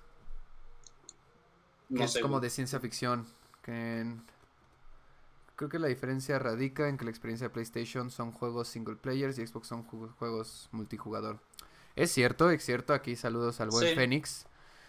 Que No es sé, como güey. de ciencia ficción. Que en- Creo que la diferencia radica en que la experiencia de PlayStation son juegos single players y Xbox son ju- juegos multijugador. Es cierto, es cierto. Aquí saludos al buen Sí, Fénix.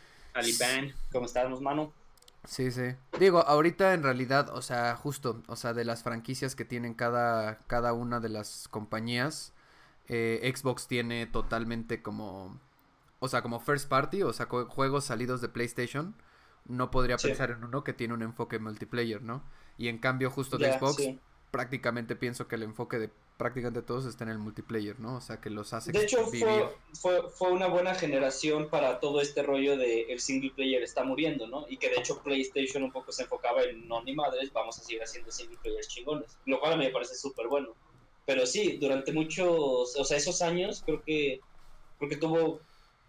S- Aliban, ¿cómo estamos, mano? Sí, sí. Digo, ahorita en realidad, o sea, justo, o sea, de las franquicias que tienen cada, cada una de las compañías, eh, Xbox tiene totalmente como, o sea, como first party, o sea, co- juegos salidos de PlayStation. No podría Sí, pensar en uno que tiene un enfoque multiplayer, ¿no? Y en cambio, justo de ya, Xbox, sí. prácticamente pienso que el enfoque de prácticamente todos está en el multiplayer, ¿no? O sea, que los hace De ex- hecho, vivir. fue, fue, fue una buena generación para todo este rollo de el single player está muriendo, ¿no? Y que de hecho PlayStation un poco se enfocaba en no ni madres, vamos a seguir haciendo single players chingones, lo cual a mí me parece súper bueno. Pero sí, durante muchos, o sea, esos años creo que, creo que tuvo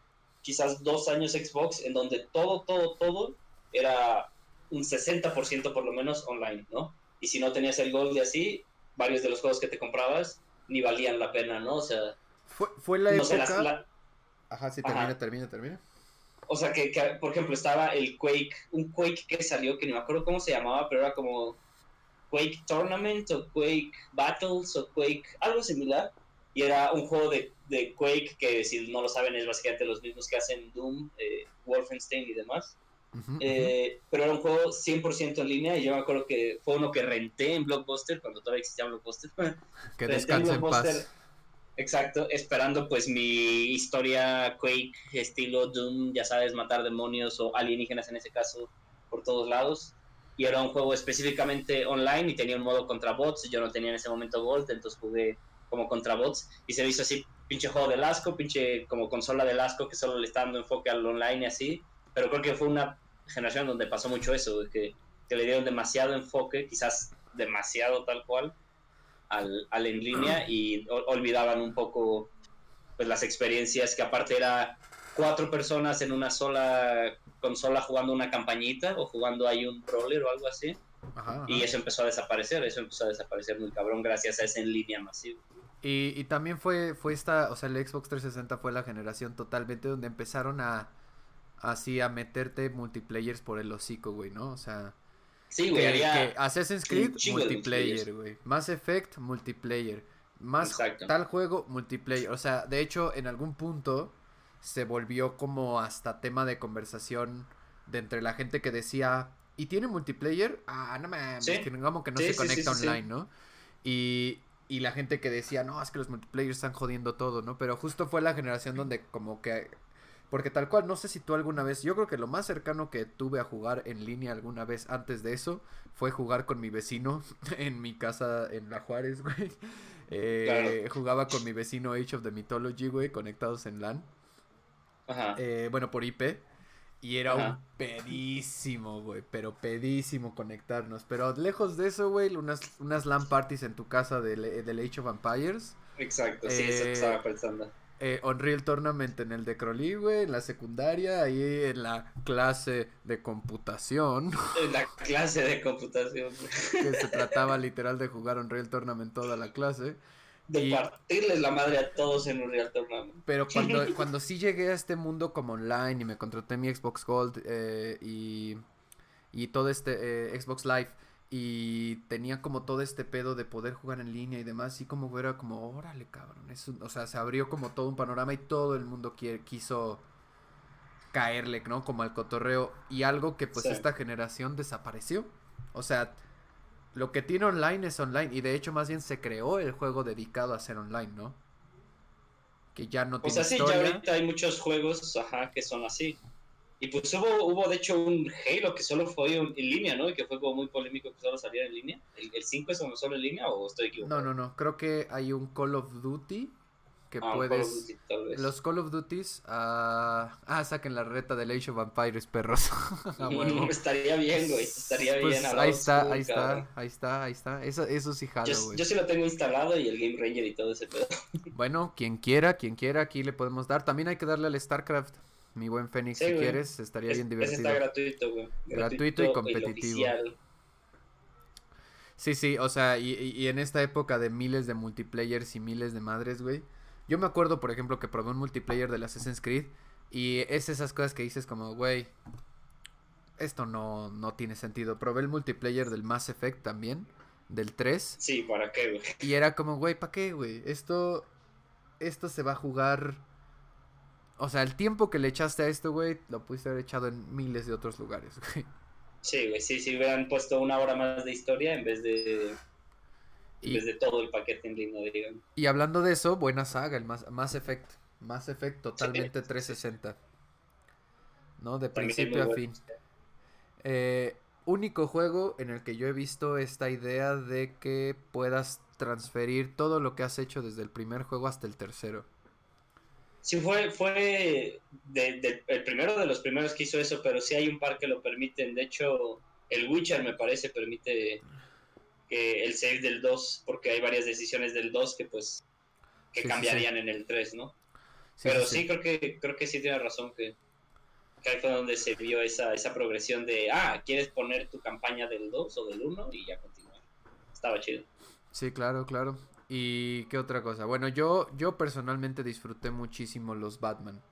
quizás dos años Xbox en donde todo, todo, todo era un sesenta por ciento por lo menos online, ¿no? Y si no tenías el Gold y así, varios de los juegos que te comprabas ni valían la pena, ¿no? O sea, Fue, fue la no sé, las, época. la, Ajá, sí, termina, ajá. termina, termina. O sea, que, que, por ejemplo, estaba el Quake, un Quake que salió, que ni me acuerdo cómo se llamaba, pero era como Quake Tournament o Quake Battles o Quake, algo similar. Y era un juego de, de Quake que, si no lo saben, es básicamente los mismos que hacen Doom, eh, Wolfenstein y demás. Ujú, ujú. Eh, pero era un juego cien por ciento en línea y yo me acuerdo que fue uno que renté en Blockbuster, cuando todavía existía Blockbuster. Que Renté en descanse en paz. Blockbuster. Exacto, esperando pues mi historia Quake estilo Doom, ya sabes, matar demonios o alienígenas en ese caso por todos lados. Y era un juego específicamente online y tenía un modo contra bots. Yo no tenía en ese momento Gold, entonces jugué como contra bots y se me hizo así, pinche juego de asco, pinche como consola de asco que solo le está dando enfoque al online y así. Pero creo que fue una generación donde pasó mucho eso, que, que le dieron demasiado enfoque, quizás demasiado tal cual al, al en línea y o, olvidaban un poco pues las experiencias que aparte era cuatro personas en una sola consola jugando una campañita o jugando ahí un brawler o algo así Ajá, y ajá. eso empezó a desaparecer, eso empezó a desaparecer muy cabrón gracias a ese en línea masivo. Y, y también fue, fue esta, o sea, el Xbox trescientos sesenta fue la generación totalmente donde empezaron a, así, a meterte multiplayers por el hocico, güey, ¿no? O sea, Sí, güey, que, que había Assassin's un Creed, chingo de multiplayer, multiplayers. güey. Mass Effect, multiplayer. Más Exacto. tal juego, multiplayer. O sea, de hecho, en algún punto se volvió como hasta tema de conversación de entre la gente que decía, ¿y tiene multiplayer? Ah, no mames, que Sí, como que no sí, se sí, sí, conecta sí, online, sí. ¿no? Y, y la gente que decía, no, es que los multiplayers están jodiendo todo, ¿no? Pero justo fue la generación donde como que... Porque tal cual, no sé si tú alguna vez, yo creo que lo más cercano que tuve a jugar en línea alguna vez antes de eso fue jugar con mi vecino en mi casa en La Juárez, güey. Claro. Eh, jugaba con mi vecino Age of the Mythology, güey, conectados en LAN. Ajá, Eh, bueno, por I P. Y era un ajá. pedísimo, güey. Pero pedísimo conectarnos. Pero lejos de eso, güey, unas, unas LAN parties en tu casa del, del Age of Empires. Exacto, sí, eso Eh, estaba pensando. eh, Unreal Tournament en el de Crowley, güey, en la secundaria, ahí en la clase de computación, En la clase de computación. que se trataba literal de jugar Unreal Tournament toda la clase. De Y, partirles la madre a todos en un Real Tournament. pero cuando, cuando sí llegué a este mundo como online y me contraté mi Xbox Gold eh, y, y todo este eh, Xbox Live y tenía como todo este pedo de poder jugar en línea y demás, y como era como, órale, cabrón, es un- o sea, se abrió como todo un panorama y todo el mundo quiere, quiso caerle, ¿no? Como al cotorreo. Y algo que pues Sí. esta generación desapareció. O sea, lo que tiene online es online. Y de hecho más bien se creó el juego dedicado a ser online, ¿no? Que ya no O tiene sea, sí, ya historia. ahorita hay muchos juegos, ajá, que son así. Y pues hubo, hubo de hecho un Halo que solo fue en línea, ¿no? Y que fue como muy polémico que solo saliera en línea. ¿El, el cinco es solo en línea o estoy No, no, equivocado? no. Creo que hay un Call of Duty que Ah, un Call of puedes... Duty tal vez. Los Call of Duties... ah, ah, saquen la reta del Age of Empires, perros. A huevo. Estaría bien, güey, estaría bien a Pues la ahí old está, ahí school, cabrón. está, ahí está, ahí está. Eso, eso sí Yo, jalo, güey. yo sí lo tengo instalado y el Game Ranger y todo ese pedo. Bueno, quien quiera, quien quiera, aquí le podemos dar. También hay que darle al StarCraft, mi buen Fénix, si Sí, güey. quieres, estaría bien Es, ese está divertido. gratuito, güey. Gratuito y Gratuito, el competitivo. oficial. Sí, sí, o sea, y, y, y en esta época de miles de multiplayers y miles de madres, güey. Yo me acuerdo, por ejemplo, que probé un multiplayer del Assassin's Creed y es esas cosas que dices como, güey, esto no, no tiene sentido. Probé el multiplayer del Mass Effect también, del tres. Sí, ¿para qué, güey? Y era como, güey, ¿para qué, güey? Esto, esto se va a jugar. O sea, el tiempo que le echaste a esto, güey, lo pudiste haber echado en miles de otros lugares, güey. Sí, güey, sí, sí hubieran puesto una hora más de historia en vez de, en Y, vez de todo el paquete en línea, digamos. y hablando de eso, buena saga, el Mass, Mass Effect. Mass Effect Sí, totalmente sí, trescientos sesenta, ¿no? De también muy principio a bueno. fin. Eh, único juego en el que yo he visto esta idea de que puedas transferir todo lo que has hecho desde el primer juego hasta el tercero. Sí, fue, fue de, de, el primero de los primeros que hizo eso, pero sí hay un par que lo permiten. De hecho, el Witcher me parece permite que el save del dos, porque hay varias decisiones del dos que pues que Sí, sí, sí. cambiarían en el tres, ¿no? Sí, sí, Pero sí. sí, creo que creo que sí tiene razón que, que ahí fue donde se vio esa, esa progresión de, ah, ¿quieres poner tu campaña del dos o del uno? Y ya continuar. Estaba chido. Sí, claro, claro. ¿Y qué otra cosa? Bueno, yo, yo personalmente disfruté muchísimo los Batman.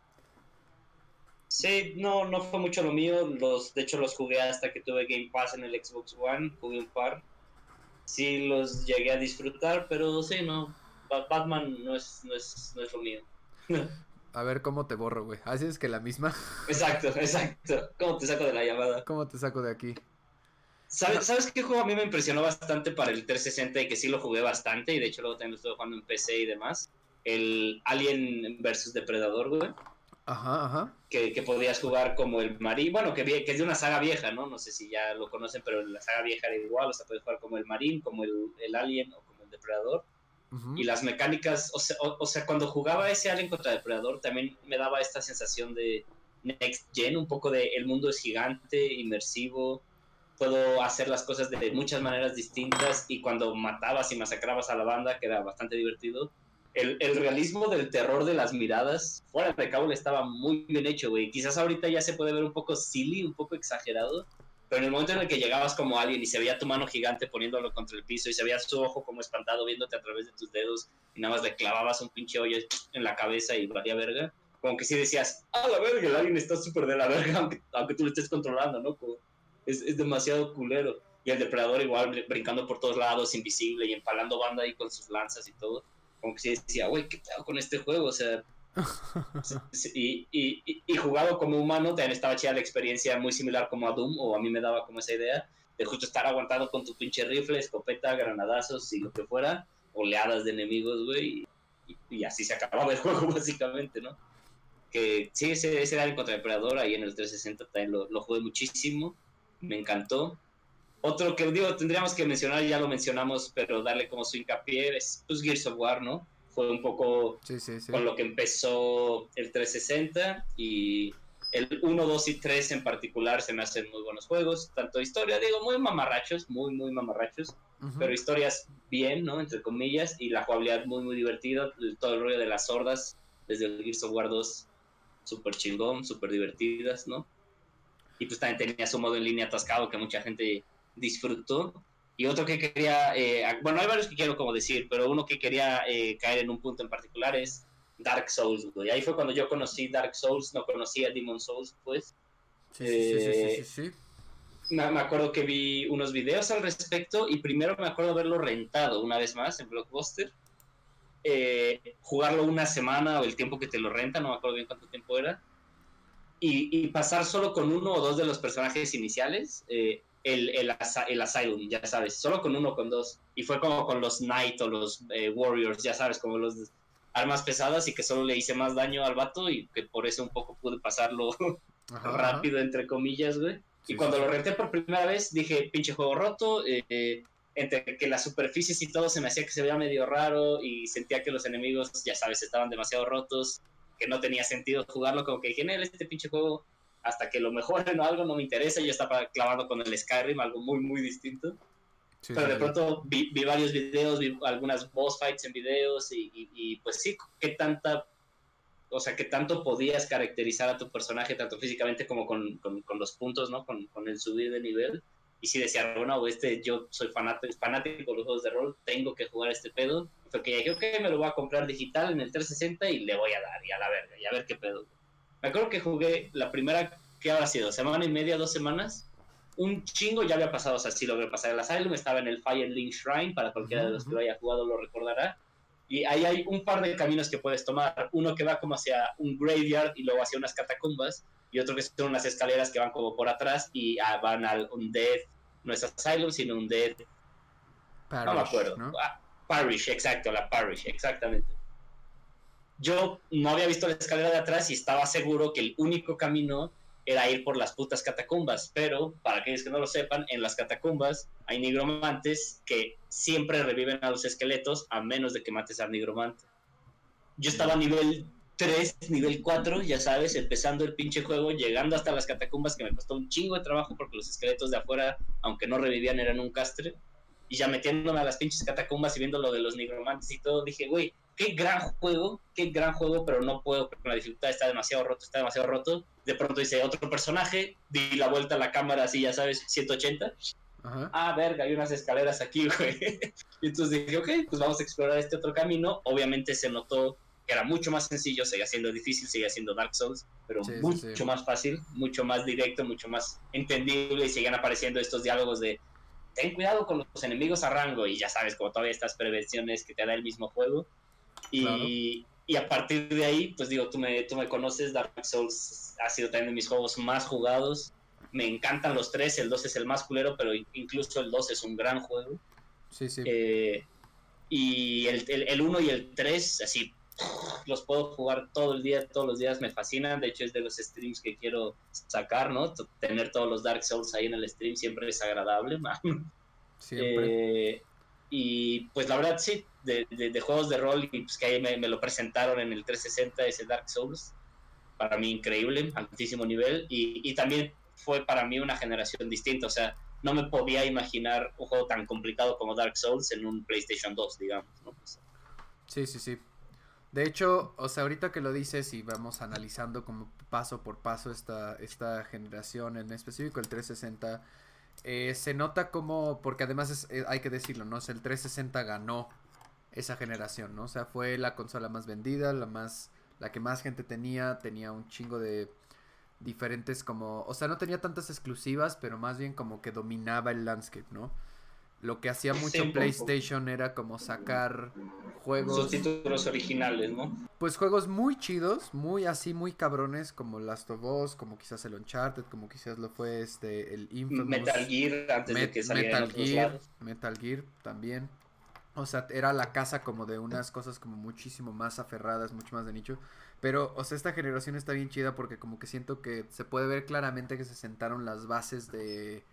Sí, no, no fue mucho lo mío. Los, de hecho, los jugué hasta que tuve Game Pass en el Xbox One. Jugué un par. Sí, los llegué a disfrutar, pero sí, no. Batman no es, no es, no es lo mío. A ver cómo te borro, güey. Así es que la misma. Exacto, exacto. ¿Cómo te saco de la llamada? ¿Cómo te saco de aquí? No. ¿Sabes, ¿Sabes qué juego a mí me impresionó bastante para el trescientos sesenta y que sí lo jugué bastante? Y de hecho luego también lo estuve jugando en P C y demás. El Alien versus Depredador, güey. Ajá, ajá. Que, que podías jugar como el Marín. Bueno, que, que es de una saga vieja, ¿no? No sé si ya lo conocen, pero la saga vieja era igual. O sea, puedes jugar como el Marín, como el, el Alien o como el Depredador. Uh-huh. Y las mecánicas, o sea, o, o sea, cuando jugaba ese Alien contra Depredador, también me daba esta sensación de Next Gen, un poco de el mundo es gigante, inmersivo, puedo hacer las cosas de muchas maneras distintas y cuando matabas y masacrabas a la banda, que era bastante divertido, el, el realismo del terror de las miradas fuera de Cabo estaba muy bien hecho, güey. Quizás ahorita ya se puede ver un poco silly, un poco exagerado, pero en el momento en el que llegabas como alguien y se veía tu mano gigante poniéndolo contra el piso y se veía su ojo como espantado viéndote a través de tus dedos y nada más le clavabas un pinche hoyo en la cabeza y valía verga, como que sí decías, ah, la verga, el alien está súper de la verga, aunque, aunque tú lo estés controlando, ¿no? Como, es, es demasiado culero. Y el depredador igual brincando por todos lados, invisible y empalando banda ahí con sus lanzas y todo. Como que sí decía, güey, ¿qué hago con este juego? O sea, y, y, y, jugado como humano también estaba chida la experiencia, muy similar como a Doom, o a mí me daba como esa idea de justo estar aguantando con tu pinche rifle, escopeta, granadazos y lo que fuera, oleadas de enemigos, güey, y, y, así se acababa el juego básicamente, ¿no? Que sí, ese, ese era el contra Depredador, ahí en el trescientos sesenta también lo, lo jugué muchísimo, me encantó. Otro que digo, tendríamos que mencionar, ya lo mencionamos, pero darle como su hincapié es pues Gears of War, ¿no? Fue un poco Sí, sí, sí. con lo que empezó el trescientos sesenta y el uno, dos y tres en particular se me hacen muy buenos juegos, tanto historia, digo, muy mamarrachos, muy, muy mamarrachos, Uh-huh. pero historias bien, ¿no? Entre comillas, y la jugabilidad muy, muy divertida, todo el rollo de las hordas, desde el Gears of War dos, súper chingón, súper divertidas, ¿no? Y pues también tenía su modo en línea atascado que mucha gente disfrutó. Y otro que quería, eh, bueno, hay varios que quiero como decir, pero uno que quería eh, caer en un punto en particular es Dark Souls, güey. Ahí fue cuando yo conocí Dark Souls, no conocía Demon Souls, pues. Sí, sí, sí, sí, sí, sí, Eh, sí. me, me acuerdo que vi unos videos al respecto y primero me acuerdo haberlo rentado una vez más en Blockbuster. Eh, jugarlo una semana o el tiempo que te lo renta, no me acuerdo bien cuánto tiempo era. Y, y pasar solo con uno o dos de los personajes iniciales, eh, el, el, el Asylum, ya sabes, solo con uno o con dos. Y fue como con los Knight o los eh, Warriors, ya sabes, como los armas pesadas y que solo le hice más daño al vato y que por eso un poco pude pasarlo Ajá, ajá. rápido, entre comillas, güey. Y Sí, sí, cuando sí. lo renté por primera vez, dije, pinche juego roto, eh, entre que las superficies y todo se me hacía que se veía medio raro y sentía que los enemigos, ya sabes, estaban demasiado rotos, que no tenía sentido jugarlo, como que dije, en este pinche juego, hasta que lo mejoren o algo, no me interesa, yo estaba clavando con el Skyrim, algo muy, muy distinto. Sí, Pero sí, de sí. pronto vi, vi varios videos, vi algunas boss fights en videos y, y, y pues sí, qué tanta, o sea, qué tanto podías caracterizar a tu personaje, tanto físicamente como con, con, con los puntos, ¿no? Con, con el subir de nivel. y sí decía, bueno, este, yo soy fanático, fanático de los juegos de rol, tengo que jugar este pedo. Porque dije, ok, me lo voy a comprar digital en el trescientos sesenta y le voy a dar, y a la verga, y a ver qué pedo. Me acuerdo que jugué la primera, ¿qué habrá sido? Semana y media, dos semanas. Un chingo ya había pasado, o sea, sí logré pasar el Asylum, estaba en el Firelink Shrine, para cualquiera Uh-huh, de los que uh-huh. lo haya jugado lo recordará. Y ahí hay un par de caminos que puedes tomar. Uno que va como hacia un graveyard y luego hacia unas catacumbas, y otro que son unas escaleras que van como por atrás y ah, van al Undead, no es Asylum, sino Undead, no me Parish, acuerdo. ¿no? Ah, Parish, exacto, la Parish, exactamente. Yo no había visto la escalera de atrás y estaba seguro que el único camino era ir por las putas catacumbas, pero para aquellos que no lo sepan, en las catacumbas hay nigromantes que siempre reviven a los esqueletos a menos de que mates al nigromante. Yo estaba a nivel tres, nivel cuatro, ya sabes, empezando el pinche juego, llegando hasta las catacumbas, que me costó un chingo de trabajo porque los esqueletos de afuera, aunque no revivían, eran un castre. Y ya metiéndome a las pinches catacumbas y viendo lo de los nigromantes y todo, dije, güey, qué gran juego, qué gran juego, pero no puedo, porque la dificultad está demasiado roto, está demasiado roto. De pronto hice otro personaje, di la vuelta a la cámara así, ya sabes, ciento ochenta. Ajá. Ah, verga, hay unas escaleras aquí, güey. Y entonces dije, ok, pues vamos a explorar este otro camino. Obviamente se notó que era mucho más sencillo, seguía siendo difícil, seguía siendo Dark Souls, pero Sí, sí, sí. mucho más fácil, mucho más directo, mucho más entendible, y seguían apareciendo estos diálogos de ten cuidado con los enemigos a rango, y ya sabes, como todavía estas prevenciones que te da el mismo juego. Claro. Y, y a partir de ahí, pues digo, tú me, tú me conoces, Dark Souls ha sido también de mis juegos más jugados. Me encantan los tres, el dos es el más culero, pero incluso el dos es un gran juego. Sí, sí. Eh, y el, el, el uno y el tres, así, los puedo jugar todo el día, todos los días, me fascinan. De hecho, es de los streams que quiero sacar, ¿no? Tener todos los Dark Souls ahí en el stream siempre es agradable, man. Siempre. Eh, y pues la verdad, sí, de, de, de juegos de rol, y pues que ahí me, me, lo presentaron en el trescientos sesenta, ese Dark Souls, para mí increíble, altísimo nivel. Y, y también fue para mí una generación distinta, o sea, no me podía imaginar un juego tan complicado como Dark Souls en un PlayStation dos, digamos, ¿no? Pues, Sí, sí, sí. De hecho, o sea, ahorita que lo dices y vamos analizando como paso por paso esta, esta generación, en específico el trescientos sesenta, eh, se nota como, porque además es, eh, hay que decirlo, ¿no? O sea, el trescientos sesenta ganó esa generación, ¿no? O sea, fue la consola más vendida, la más, la que más gente tenía, tenía un chingo de diferentes como, o sea, no tenía tantas exclusivas, pero más bien como que dominaba el landscape, ¿no? Lo que hacía sí, mucho un poco. PlayStation era como sacar Sus juegos, títulos originales, ¿no? pues juegos muy chidos, muy así, muy cabrones, como Last of Us, como quizás el Uncharted, como quizás lo fue este, el Metal Infamous, Gear antes de Met que saliera en Metal otros Gear, lados. Metal Gear también. O sea, era la casa como de unas cosas como muchísimo más aferradas, mucho más de nicho. Pero, o sea, esta generación está bien chida porque como que siento que se puede ver claramente que se sentaron las bases de...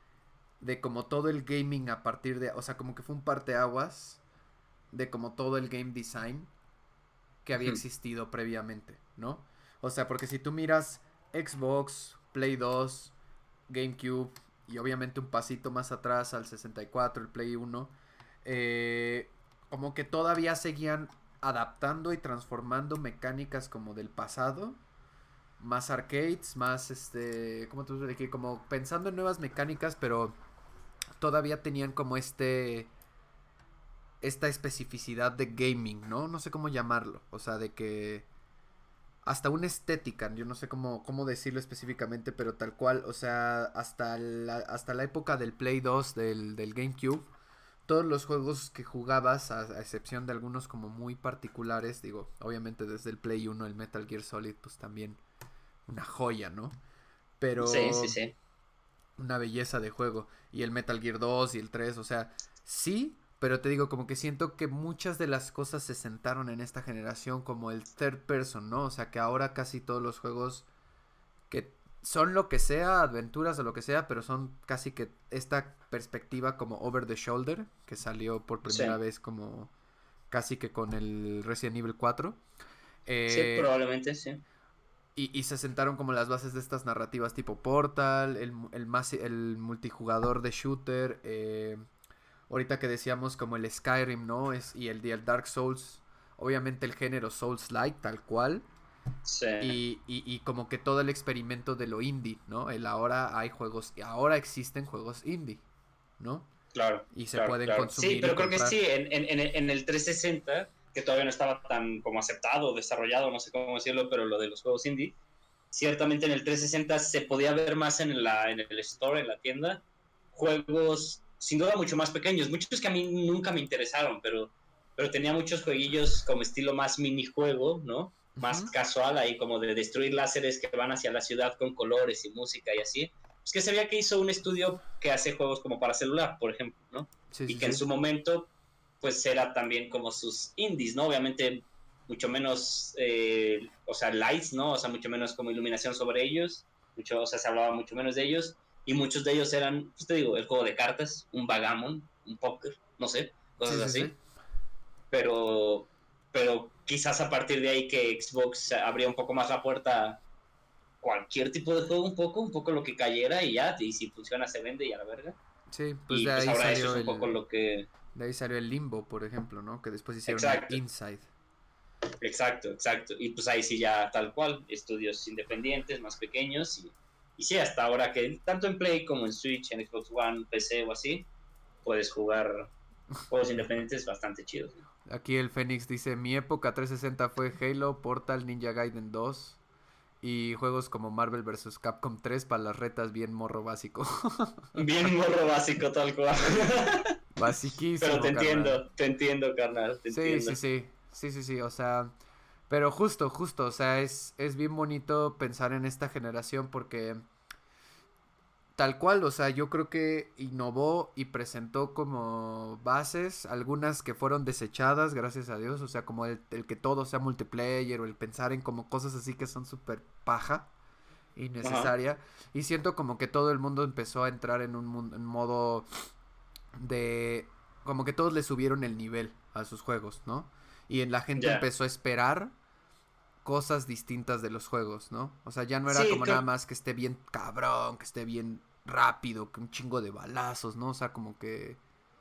De como todo el gaming a partir de... O sea, como que fue un parteaguas de como todo el game design que había existido previamente, ¿no? O sea, porque si tú miras Xbox, Play dos, GameCube y obviamente un pasito más atrás al sesenta y cuatro, el Play uno, eh, como que todavía seguían adaptando y transformando mecánicas como del pasado, más arcades, más este, ¿cómo te puedo decir? Como pensando en nuevas mecánicas, pero todavía tenían como este esta especificidad de gaming, ¿no? No sé cómo llamarlo, o sea, de que hasta una estética, yo no sé cómo, cómo decirlo específicamente, pero tal cual, o sea, hasta la, hasta la época del Play dos, del, del GameCube, todos los juegos que jugabas, a, a excepción de algunos como muy particulares, digo, obviamente desde el Play uno, el Metal Gear Solid, pues también una joya, ¿no? Sí, sí, Pero sí. una belleza de juego. Y el Metal Gear dos y el tres, o sea, sí, pero te digo, como que siento que muchas de las cosas se sentaron en esta generación como el third person, ¿no? O sea, que ahora casi todos los juegos que son lo que sea, aventuras o lo que sea, pero son casi que esta perspectiva como over the shoulder, que salió por primera Sí, vez como casi que con el Resident Evil cuatro. sí, Eh, probablemente, sí. y, y se sentaron como las bases de estas narrativas tipo Portal, el, el, más, el multijugador de shooter, eh, ahorita que decíamos como el Skyrim, ¿no? Es, y el, el Dark Souls, obviamente el género Souls-like, tal cual. Sí. Y, y, y como que todo el experimento de lo indie, ¿no? El ahora hay juegos, ahora existen juegos indie, ¿no? Claro, Y se claro, pueden claro. Sí, consumir y pero creo que comprar. sí, en, en, en en el trescientos sesenta, que todavía no estaba tan como aceptado, desarrollado, no sé cómo decirlo, pero lo de los juegos indie, ciertamente en el trescientos sesenta se podía ver más en, la, en el store, en la tienda, juegos sin duda mucho más pequeños, muchos que a mí nunca me interesaron, pero, pero tenía muchos jueguillos como estilo más minijuego, ¿no? Más Ujú. casual, ahí como de destruir láseres que van hacia la ciudad con colores y música y así. Es que sabía que hizo un estudio que hace juegos como para celular, por ejemplo, ¿no? Sí, Y sí, que en sí. su momento, pues era también como sus indies, ¿no? Obviamente mucho menos, eh, o sea, lights, ¿no? O sea, mucho menos como iluminación sobre ellos, mucho, o sea, se hablaba mucho menos de ellos, y muchos de ellos eran, pues te digo, el juego de cartas, un bagamon, un póker, no sé, Sí, cosas sí, sí. así, pero, pero quizás a partir de ahí que Xbox abría un poco más la puerta a cualquier tipo de juego, un poco, un poco lo que cayera y ya, y si funciona se vende y a la verga. Sí, pues Y de pues ahí ahora eso es salió un poco el, lo que... de ahí salió el Limbo, por ejemplo, ¿no? Que después hicieron el Exacto, Inside. exacto, exacto. Y pues ahí sí ya tal cual, estudios independientes, más pequeños. Y, y sí, hasta ahora que tanto en Play como en Switch, en Xbox One, P C o así, puedes jugar juegos independientes bastante chidos, ¿no? Aquí el Fénix dice, mi época trescientos sesenta fue Halo, Portal, Ninja Gaiden dos y juegos como Marvel versus. Capcom tres para las retas bien morro básico. Bien morro básico, tal cual. Pero te Basiquísimo, carnal. entiendo, te entiendo, carnal, te Sí, sí, entiendo. sí. Sí, sí, sí. O sea, pero justo, justo. O sea, es, es bien bonito pensar en esta generación porque tal cual, o sea, yo creo que innovó y presentó como bases, algunas que fueron desechadas, gracias a Dios, o sea, como el, el que todo sea multiplayer o el pensar en como cosas así que son súper paja, Ajá, innecesaria, y siento como que todo el mundo empezó a entrar en un mundo, en modo de, como que todos le subieron el nivel a sus juegos, ¿no? Y en la gente ya. empezó a esperar cosas distintas de los juegos, ¿no? O sea, ya no era Sí, como nada creo, más que esté bien cabrón, que esté bien rápido, que un chingo de balazos, ¿no? O sea, como que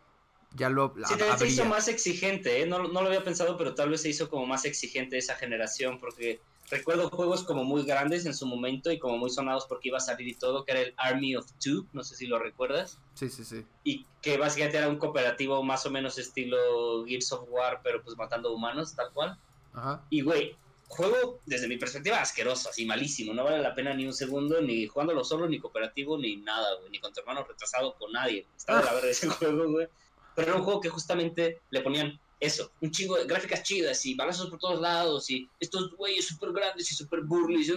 ya lo sí, ab- también se hizo abría. más exigente, ¿eh? No, no lo había pensado, pero tal vez se hizo como más exigente esa generación, porque recuerdo juegos como muy grandes en su momento y como muy sonados porque iba a salir y todo, que era el Army of Two, no sé si lo recuerdas, Sí, sí, sí. y que básicamente era un cooperativo más o menos estilo Gears of War, pero pues matando humanos, tal cual. Ajá. Y güey, juego desde mi perspectiva asqueroso, así malísimo, no vale la pena ni un segundo, ni jugándolo solo, ni cooperativo, ni nada, güey, ni con tu hermano retrasado, con nadie. Está de la verga ese juego, güey. Pero era un juego que justamente le ponían eso, un chingo de gráficas chidas y balazos por todos lados y estos güeyes súper grandes y súper burlis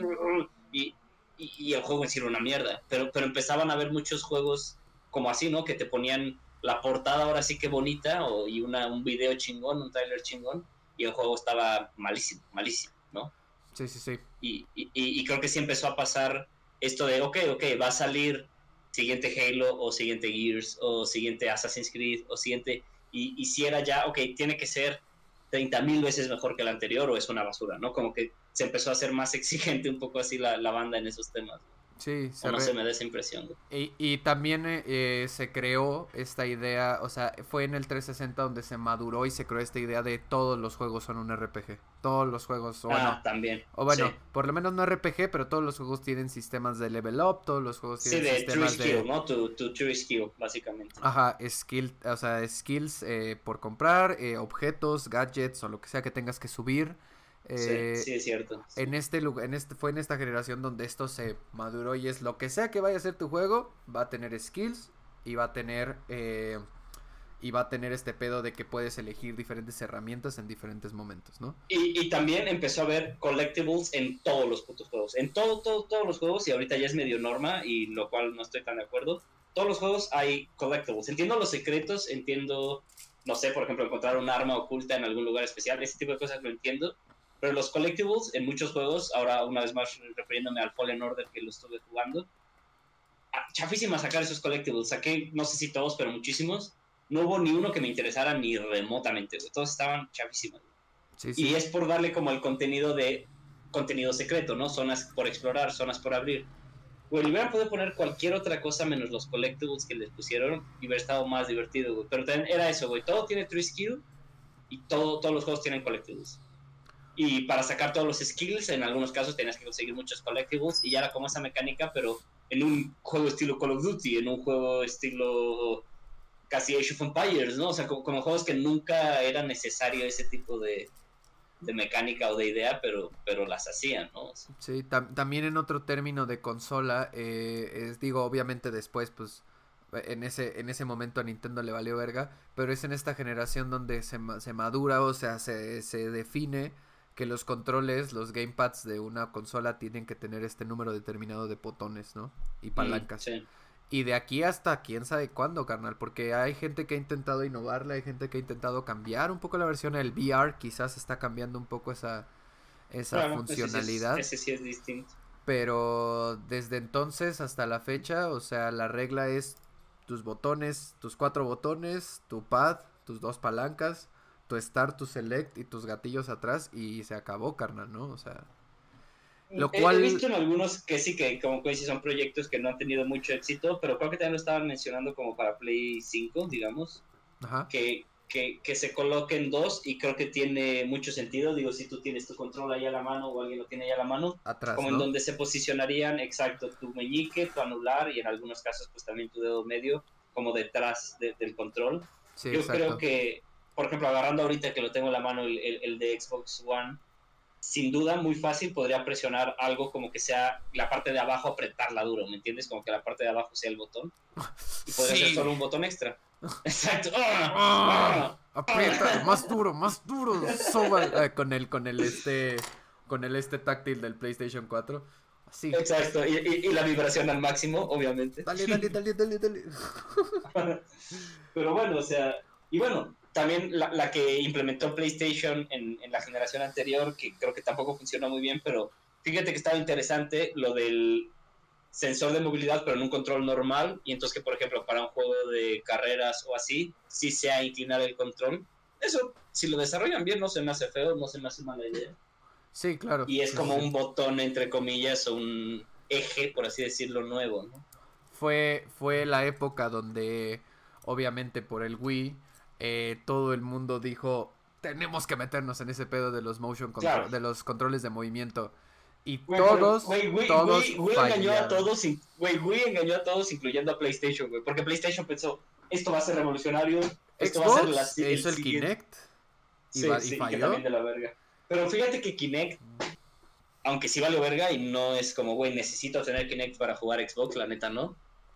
y, y, y, el juego en sí era una mierda. Pero, pero empezaban a haber muchos juegos como así, ¿no? Que te ponían la portada ahora sí que bonita o, y una, un video chingón, un trailer chingón y el juego estaba malísimo, malísimo, ¿no? Sí, sí, sí. Y, y, y creo que sí empezó a pasar esto de, ok, ok, va a salir siguiente Halo o siguiente Gears o siguiente Assassin's Creed o siguiente, y, y si era ya, ok, tiene que ser treinta mil veces mejor que el anterior o es una basura, ¿no? Como que se empezó a hacer más exigente un poco así la, la banda en esos temas, ¿no? Sí, O se no re... se me da esa impresión, güey. Y, y también eh, eh, se creó esta idea, o sea, fue en el trescientos sesenta donde se maduró y se creó esta idea de todos los juegos son un R P G. Todos los juegos, o bueno, Ah, también, o bueno, sí. por lo menos no R P G, pero todos los juegos tienen sistemas de level up, todos los juegos Sí, tienen de True sistemas Skill, de, ¿no? Tu, tu True Skill, básicamente. ajá, skill, o sea, skills eh, por comprar, eh, objetos, gadgets o lo que sea que tengas que subir. Sí, Eh, sí, es cierto. en este lugar, en este, fue en esta generación donde esto se maduró y es lo que sea que vaya a ser tu juego, va a tener skills y va a tener eh, y va a tener este pedo de que puedes elegir diferentes herramientas en diferentes momentos, ¿no? Y, y también empezó a haber collectibles en todos los putos juegos. En todo, todo, todos los juegos, y ahorita ya es medio norma, y lo cual no estoy tan de acuerdo. Todos los juegos hay collectibles. Entiendo los secretos, entiendo, no sé, por ejemplo, encontrar un arma oculta en algún lugar especial, ese tipo de cosas lo entiendo. Pero los collectibles en muchos juegos, ahora una vez más refiriéndome al Fallen Order que lo estuve jugando, ah, chafísima sacar esos collectibles. Saqué, no sé si todos, pero muchísimos. No hubo ni uno que me interesara ni remotamente, güey. Todos estaban chafísimos. Sí, Y sí. es por darle como el contenido de contenido secreto, ¿no? Zonas por explorar, zonas por abrir. Güey, le hubieran podido poner cualquier otra cosa menos los collectibles que les pusieron y hubiera estado más divertido, güey. Pero también era eso, güey. Todo tiene true skill y todo, todos los juegos tienen collectibles. y para sacar todos los skills, en algunos casos tenías que conseguir muchos collectibles, y ya era como esa mecánica, pero en un juego estilo Call of Duty, en un juego estilo casi Age of Empires, ¿no? O sea, como, como juegos que nunca era necesario ese tipo de, de mecánica o de idea, pero, pero las hacían, ¿no? O sea, Sí, tam- también en otro término de consola, eh, es, digo, obviamente después, pues, en ese, en ese momento a Nintendo le valió verga, pero es en esta generación donde se, ma- se madura, o sea, se, se define que los controles, los gamepads de una consola tienen que tener este número determinado de botones, ¿no? Y mm, palancas. sí. Y de aquí hasta quién sabe cuándo, carnal, porque hay gente que ha intentado innovarla, hay gente que ha intentado cambiar un poco la versión, el V R quizás está cambiando un poco esa, esa Claro, ese sí es, funcionalidad. ese sí es distinto. Pero desde entonces hasta la fecha, o sea, la regla es tus botones, tus cuatro botones, tu pad, tus dos palancas, tu start, tu select y tus gatillos atrás y se acabó, carnal, ¿no? O sea, lo He, he cual... visto en algunos que sí, que como que dices, son proyectos que no han tenido mucho éxito, pero creo que también lo estaban mencionando como para Play cinco, digamos, Ajá, que, que, que se coloquen dos, y creo que tiene mucho sentido. Digo, si tú tienes tu control ahí a la mano o alguien lo tiene ahí a la mano, atrás, como en ¿no? donde se posicionarían, exacto, tu meñique, tu anular y en algunos casos pues también tu dedo medio, como detrás de, del control. Sí, Yo creo exacto. que, por ejemplo, agarrando ahorita que lo tengo en la mano, el, el, el de Xbox One, sin duda muy fácil podría presionar algo como que sea la parte de abajo, apretarla duro, ¿me entiendes? Como que la parte de abajo sea el botón, y podría ser Sí. solo un botón extra. Exacto. ¡Ah! ¡Ah! ¡Ah! Aprieta, ¡Ah! más duro, más duro. Soba eh, con el con el este con el este táctil del PlayStation cuatro. Así, así. Exacto, y, y, y la vibración al máximo, obviamente. Dale, dale, dale, dale, dale. Pero bueno, o sea, y bueno, también la, la que implementó PlayStation en, en, la generación anterior, que creo que tampoco funcionó muy bien, pero fíjate que estaba interesante lo del sensor de movilidad, pero en un control normal, y entonces que, por ejemplo, para un juego de carreras o así, sí sea inclinar el control. Eso, si lo desarrollan bien, no se me hace feo, no se me hace mala idea. Sí, claro. Y es Sí, sí, como sí. un botón, entre comillas, o un eje, por así decirlo, nuevo, ¿no? Fue fue la época donde obviamente por el Wii eh, todo el mundo dijo, "Tenemos que meternos en ese pedo de los motion Claro. control de los controles de movimiento." Y Güey, pero, todos güey, Wii, todos Wii, Wii engañó a fallaron. todos, güey, Wii engañó a todos, incluyendo a PlayStation, güey, porque PlayStation pensó, esto va a ser revolucionario, esto va a ser la, Xbox el hizo el siguiente. Kinect y, Sí, va, y sí, y que también falló. de la verga. Pero fíjate que Kinect, aunque sí valió verga y no es como, güey, necesito tener Kinect para jugar Xbox, la neta no.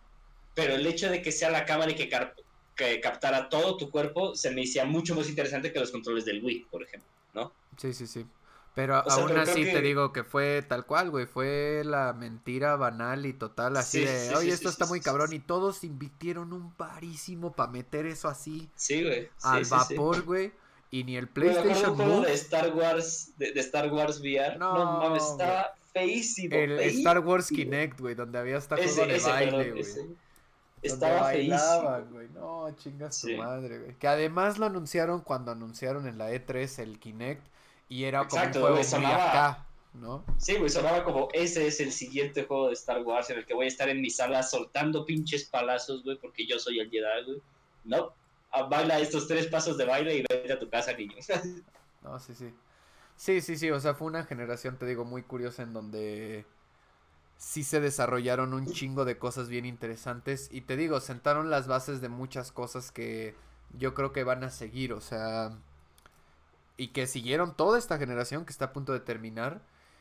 Pero el hecho de que sea la cámara y que, car que captara todo tu cuerpo se me hacía mucho más interesante que los controles del Wii, por ejemplo, ¿no? Sí, sí, sí. Pero O sea, aún pero creo así te que digo que fue tal cual, güey. Fue la mentira banal y total, así sí, de, sí, sí, oye, sí, esto sí, está sí, muy sí, cabrón. Y todos invirtieron un parísimo para meter eso así sí, güey, sí, al sí, sí. vapor, güey. Y ni el Güey, me acuerdo de un PlayStation juego Move. de Star Wars, de, de Star Wars V R. No mames, No, güey. estaba feísimo, El Star Wars feísimo. Kinect, güey, donde había hasta juego Ese, de ese, baile, perdón, güey. ese. Donde Estaba feísimo. bailaban, güey. No, chingas tu Sí. madre, güey. Que además lo anunciaron cuando anunciaron en la E tres el Kinect. Y era como un Exacto, juego güey, muy sonaba. acá, ¿no? Sí, güey, sonaba como ese es el siguiente juego de Star Wars en el que voy a estar en mi sala soltando pinches palazos, güey, porque yo soy el Jedi, güey. No, ah, baila estos tres pasos de baile y vete a tu casa, niño. No, sí, sí. Sí, sí, sí. O sea, fue una generación, te digo, muy curiosa en donde sí se desarrollaron un chingo de cosas bien interesantes. Y te digo, sentaron las bases de muchas cosas que yo creo que van a seguir. O sea, y que siguieron toda esta generación que está a punto de terminar.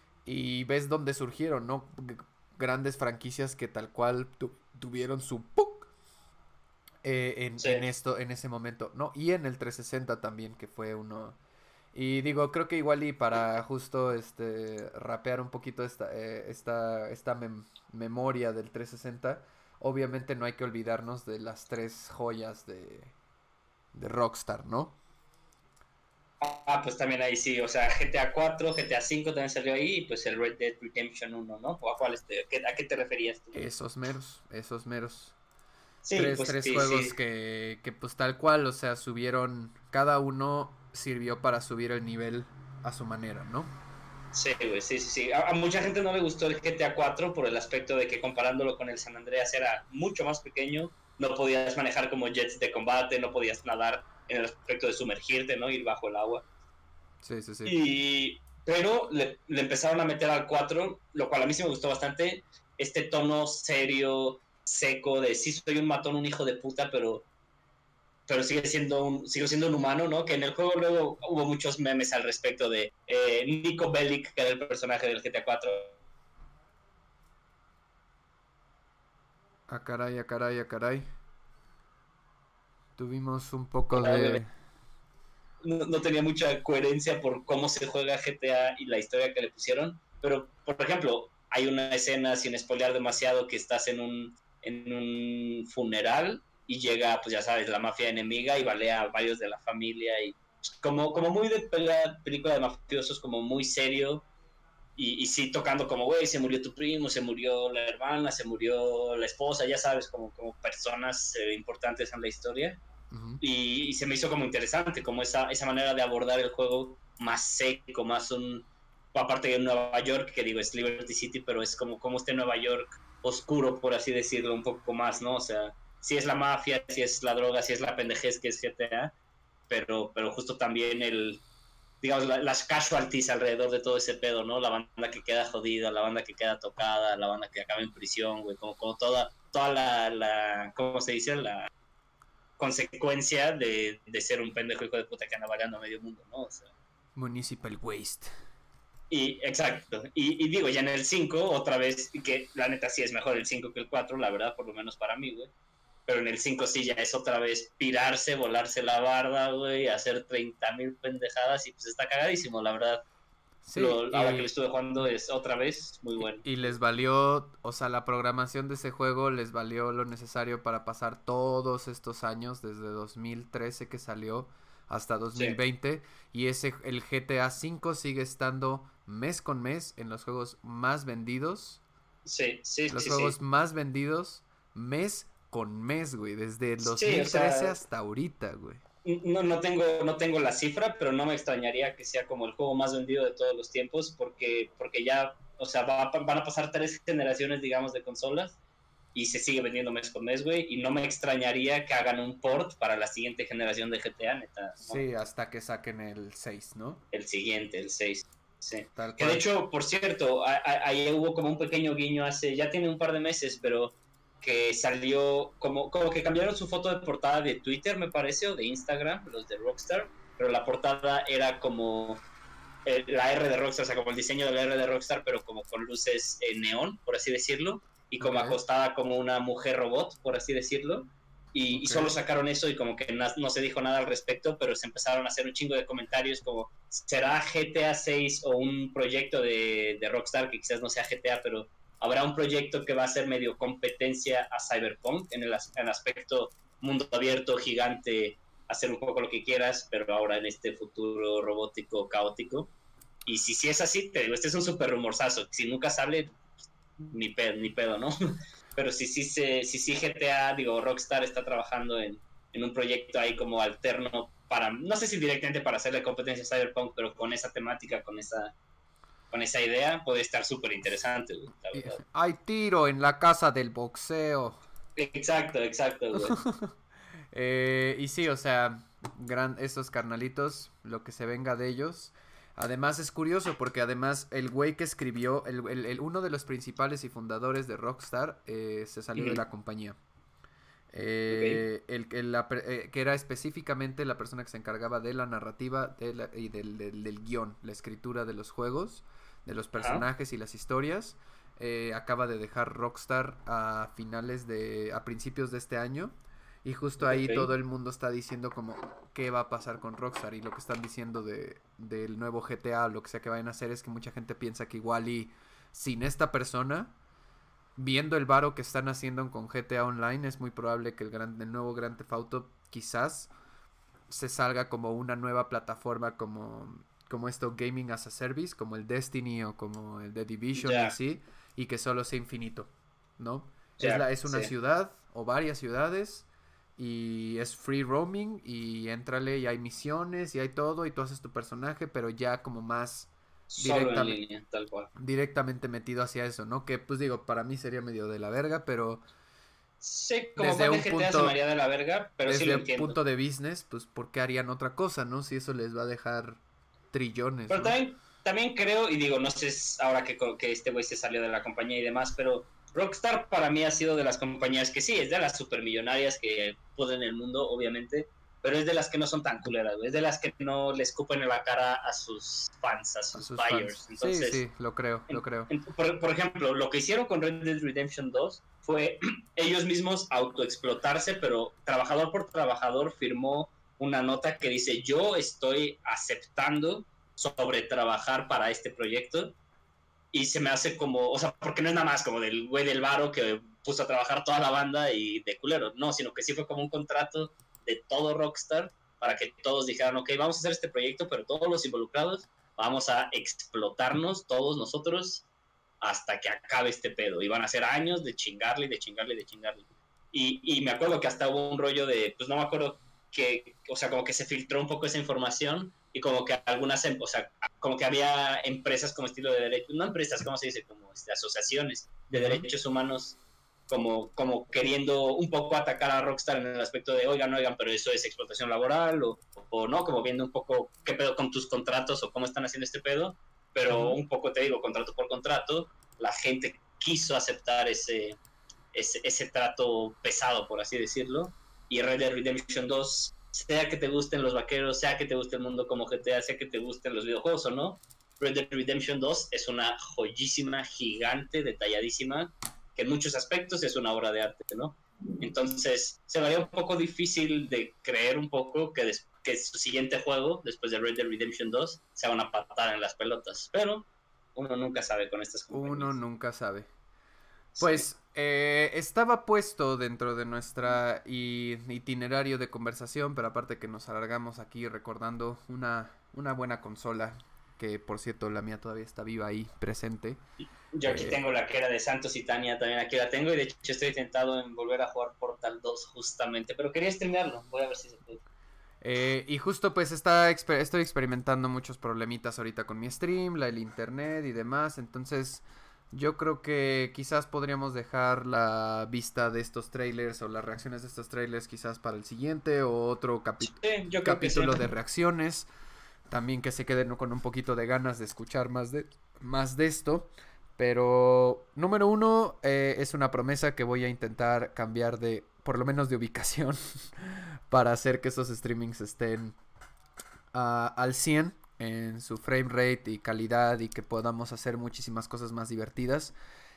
Y ves dónde surgieron, ¿no? G- grandes franquicias que tal cual tu tuvieron su ¡puc! Eh, en, Sí. en esto, en ese momento. No, y en el trescientos sesenta también, que fue uno. Y digo, creo que igual y para justo este rapear un poquito esta, eh, esta, esta mem memoria del trescientos sesenta, obviamente no hay que olvidarnos de las tres joyas de, de Rockstar, ¿no? Ah, pues también ahí sí, o sea, G T A cuatro, G T A cinco también salió ahí, y pues el Red Dead Redemption uno, ¿no? ¿O a cuál este, qué, a qué te referías tú? Esos meros, esos meros. Sí, Tres, pues tres sí, juegos sí. que, que pues tal cual, o sea, subieron, cada uno sirvió para subir el nivel a su manera, ¿no? Sí, güey, sí, sí, sí. A, a, mucha gente no le gustó el G T A cuatro por el aspecto de que comparándolo con el San Andreas era mucho más pequeño, no podías manejar como jets de combate, no podías nadar en el aspecto de sumergirte, ¿no? Ir bajo el agua. Sí, sí, sí. Y, pero le, le empezaron a meter al cuatro, lo cual a mí sí me gustó bastante, este tono serio, seco, de sí soy un matón, un hijo de puta, pero pero sigue siendo un, sigue siendo un humano, ¿no? Que en el juego luego hubo muchos memes al respecto de eh, Nico Bellic, que era el personaje del G T A cuatro. A caray, a caray, a caray. Tuvimos un poco de... No, no tenía mucha coherencia por cómo se juega G T A y la historia que le pusieron, pero, por ejemplo, hay una escena, sin spoilear demasiado, que estás en un, en un funeral y llega, pues ya sabes, la mafia enemiga y balea a varios de la familia y como, como muy de pelea, película de mafiosos, como muy serio y, y sí tocando como, güey, se murió tu primo, se murió la hermana, se murió la esposa, ya sabes, como, como personas eh, importantes en la historia. Uh-huh. Y, y, se me hizo como interesante, como esa, esa manera de abordar el juego más seco, más un, aparte de Nueva York, que digo, es Liberty City, pero es como, como este Nueva York oscuro, por así decirlo, un poco más, ¿no? O sea, si es la mafia, si es la droga, si es la pendejez que es G T A, pero, pero justo también el, digamos, la, las casualties alrededor de todo ese pedo, ¿no? La banda que queda jodida, la banda que queda tocada, la banda que acaba en prisión, güey, como, como toda, toda la, la, ¿cómo se dice? La consecuencia de, de ser un pendejo hijo de puta que anda vagando a medio mundo, ¿no? O sea, Municipal Waste. y exacto, y, y digo, ya en el cinco, otra vez, que la neta sí es mejor el cinco que el cuatro, la verdad, por lo menos para mí, güey. Pero en el cinco sí ya es otra vez pirarse, volarse la barda, güey, hacer treinta mil pendejadas y pues está cagadísimo, la verdad. Sí, Lo, ahora que lo y, estuve jugando es otra vez muy y, bueno. y les valió, o sea, la programación de ese juego les valió lo necesario para pasar todos estos años, desde dos mil trece que salió hasta Sí, dos mil veinte, y ese el G T A cinco sigue estando mes con mes en los juegos más vendidos, sí, sí, los sí, juegos sí. más vendidos mes con mes, güey, desde el Sí, o dos mil trece sea, hasta ahorita, güey. no, no, tengo, no tengo la cifra, pero no me extrañaría que sea como el juego más vendido de todos los tiempos, porque, porque ya, o sea, va, van a pasar tres generaciones, digamos, de consolas y se sigue vendiendo mes con mes, güey, y no me extrañaría que hagan un port para la siguiente generación de G T A, neta, ¿no? Sí, hasta que saquen el seis, ¿no? El siguiente, el seis. Sí. Tal Que de cual. hecho, por cierto, ahí hubo como un pequeño guiño hace, ya tiene un par de meses, pero que salió como, como que cambiaron su foto de portada de Twitter, me parece, o de Instagram, los de Rockstar, pero la portada era como eh, la R de Rockstar, o sea, como el diseño de la R de Rockstar, pero como con luces eh, neón, por así decirlo, y Ok, como acostada como una mujer robot, por así decirlo. Y, y ok. solo sacaron eso y como que no, no se dijo nada al respecto, pero se empezaron a hacer un chingo de comentarios como, ¿será G T A seis o un proyecto de, de Rockstar que quizás no sea G T A, pero habrá un proyecto que va a ser medio competencia a Cyberpunk en el, en el aspecto mundo abierto, gigante, hacer un poco lo que quieras, pero ahora en este futuro robótico caótico? Y si, si es así, te digo, este es un súper rumorzazo. Si nunca sale, ni pedo, ni pedo, ¿no? Pero si sí si, si, si, G T A, digo, Rockstar está trabajando en, en, un proyecto ahí como alterno para, no sé si directamente para hacerle competencia a Cyberpunk, pero con esa temática, con esa, con esa idea, puede estar súper interesante, güey, la verdad. Hay tiro en la casa del boxeo. Exacto, exacto, güey. eh, y sí, o sea, gran, estos carnalitos, lo que se venga de ellos. Además es curioso porque además el güey que escribió, el, el, el uno de los principales y fundadores de Rockstar, eh, se salió uh-huh. de la compañía. Eh, okay. el, el la, eh, que era específicamente la persona que se encargaba de la narrativa de la, y del, del, del guión, la escritura de los juegos, de los personajes uh-huh. y las historias. Eh, acaba de dejar Rockstar a finales de, a principios de este año. Y justo ahí okay. todo el mundo está diciendo como qué va a pasar con Rockstar. Y lo que están diciendo de, del nuevo G T A o lo que sea que vayan a hacer es que mucha gente piensa que igual y sin esta persona, viendo el varo que están haciendo con G T A Online, es muy probable que el, gran, el nuevo Grand Theft Auto quizás se salga como una nueva plataforma como, como esto Gaming as a Service, como el Destiny o como el The Division yeah. y así, y que solo sea infinito, ¿no? Yeah, es, la, es una sí. ciudad o varias ciudades y es free roaming y éntrale y hay misiones y hay todo y tú haces tu personaje, pero ya como más solo en línea, tal cual. Directamente metido hacia eso, ¿no? Que pues digo, para mí sería medio de la verga, pero sí, como desde un G T A punto, se me haría de la verga, pero desde sí lo un entiendo. punto de business, pues ¿por qué harían otra cosa, no? Si eso les va a dejar trillones, pero ¿no? también también creo, y digo, no sé ahora que, que este güey se salió de la compañía y demás, pero Rockstar para mí ha sido de las compañías que sí, es de las supermillonarias que pueden en el mundo, obviamente, pero es de las que no son tan culeras, güey. Es de las que no le escupen en la cara a sus fans, a A sus sus buyers. fans. Sí, Entonces, sí, lo creo, lo en, creo. en, por, por, ejemplo, lo que hicieron con Red Dead Redemption dos fue ellos mismos autoexplotarse, pero trabajador por trabajador firmó una nota que dice, yo estoy aceptando sobre trabajar para este proyecto, y se me hace como, o sea, porque no es nada más como del güey del varo que puso a trabajar toda la banda y de culero, no, sino que sí fue como un contrato de todo Rockstar para que todos dijeran, ok, vamos a hacer este proyecto, pero todos los involucrados vamos a explotarnos todos nosotros hasta que acabe este pedo. Y van a ser años de chingarle, de chingarle, de chingarle. Y, y me acuerdo que hasta hubo un rollo de, pues no me acuerdo que, o sea, como que se filtró un poco esa información y como que algunas, o sea, como que había empresas como estilo de derecho, no empresas, ¿cómo se dice? Como este, asociaciones de Uh-huh. derechos humanos como, como queriendo un poco atacar a Rockstar en el aspecto de, oigan, oigan, pero eso es explotación laboral, o, o no, como viendo un poco qué pedo con tus contratos o cómo están haciendo este pedo, pero uh-huh. un poco te digo, contrato por contrato, la gente quiso aceptar ese, ese, ese trato pesado, por así decirlo, y Red Dead Redemption dos, sea que te gusten los vaqueros, sea que te guste el mundo como G T A, sea que te gusten los videojuegos o no, Red Dead Redemption dos es una joyísima, gigante, detalladísima, que en muchos aspectos es una obra de arte, ¿no? Entonces, se me haría un poco difícil de creer un poco que, des- que su siguiente juego, después de Red Dead Redemption dos, sea una patada en las pelotas, pero uno nunca sabe con estas Uno compañías. nunca sabe. Sí. Pues eh, estaba puesto dentro de nuestra itinerario de conversación, pero aparte que nos alargamos aquí recordando una, una buena consola, que por cierto la mía todavía está viva ahí, presente. Yo aquí Eh, tengo la que era de Santos y Tania, también aquí la tengo, y de hecho estoy tentado en volver a jugar Portal dos justamente, pero quería streamearlo, voy a ver si se puede. eh, y justo pues está, exper estoy experimentando muchos problemitas ahorita con mi stream, la, el internet y demás, entonces yo creo que quizás podríamos dejar la vista de estos trailers o las reacciones de estos trailers quizás para el siguiente o otro capi Sí, yo creo que sí. capítulo de reacciones. También que se queden con un poquito de ganas de escuchar más de, más de esto. Pero número uno, eh, es una promesa que voy a intentar cambiar de, por lo menos de ubicación, para hacer que esos streamings estén uh, al cien en su frame rate y calidad y que podamos hacer muchísimas cosas más divertidas.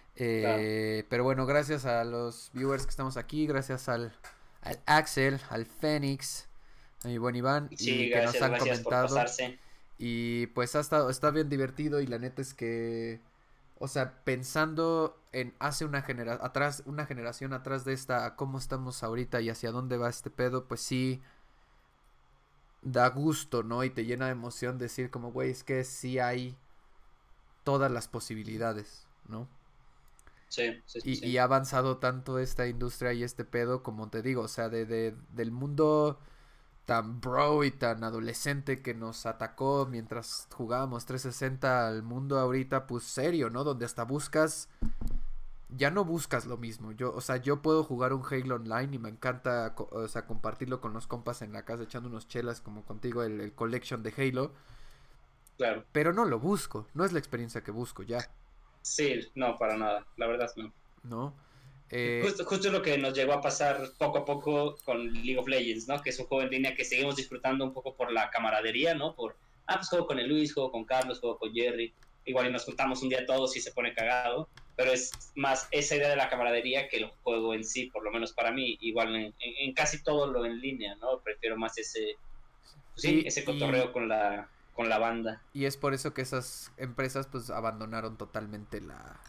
Eh, claro. Pero bueno, gracias a los viewers que estamos aquí, gracias al, al Axel, al Fénix, a mi buen Iván, sí, y gracias, que nos han gracias comentado. Por pasarse. Y pues ha estado, está bien divertido y la neta es que, o sea, pensando en hace una generación atrás, una generación atrás de esta, cómo estamos ahorita y hacia dónde va este pedo, pues sí da gusto, ¿no? Y te llena de emoción decir como, güey, es que sí hay todas las posibilidades, ¿no? Sí, sí, y, sí. y ha avanzado tanto esta industria y este pedo, como te digo, o sea, de, de del mundo tan bro y tan adolescente que nos atacó mientras jugábamos trescientos sesenta al mundo ahorita, pues serio, ¿no? Donde hasta buscas, ya no buscas lo mismo. Yo, o sea, yo puedo jugar un Halo Online y me encanta, o sea, compartirlo con los compas en la casa echando unos chelas como contigo, el, el collection de Halo. Claro. Pero no lo busco, no es la experiencia que busco ya. Sí, no, para nada, la verdad no. ¿No? Eh, justo, justo lo que nos llegó a pasar poco a poco con League of Legends, ¿no? Que es un juego en línea que seguimos disfrutando un poco por la camaradería, ¿no? Por, ah, pues juego con el Luis, juego con Carlos, juego con Jerry, igual y nos juntamos un día todos y se pone cagado, pero es más esa idea de la camaradería que el juego en sí, por lo menos para mí, igual en, en, en casi todo lo en línea, ¿no? Prefiero más ese, pues sí, sí, ese cotorreo y, con la, con la banda. Y es por eso que esas empresas pues abandonaron totalmente la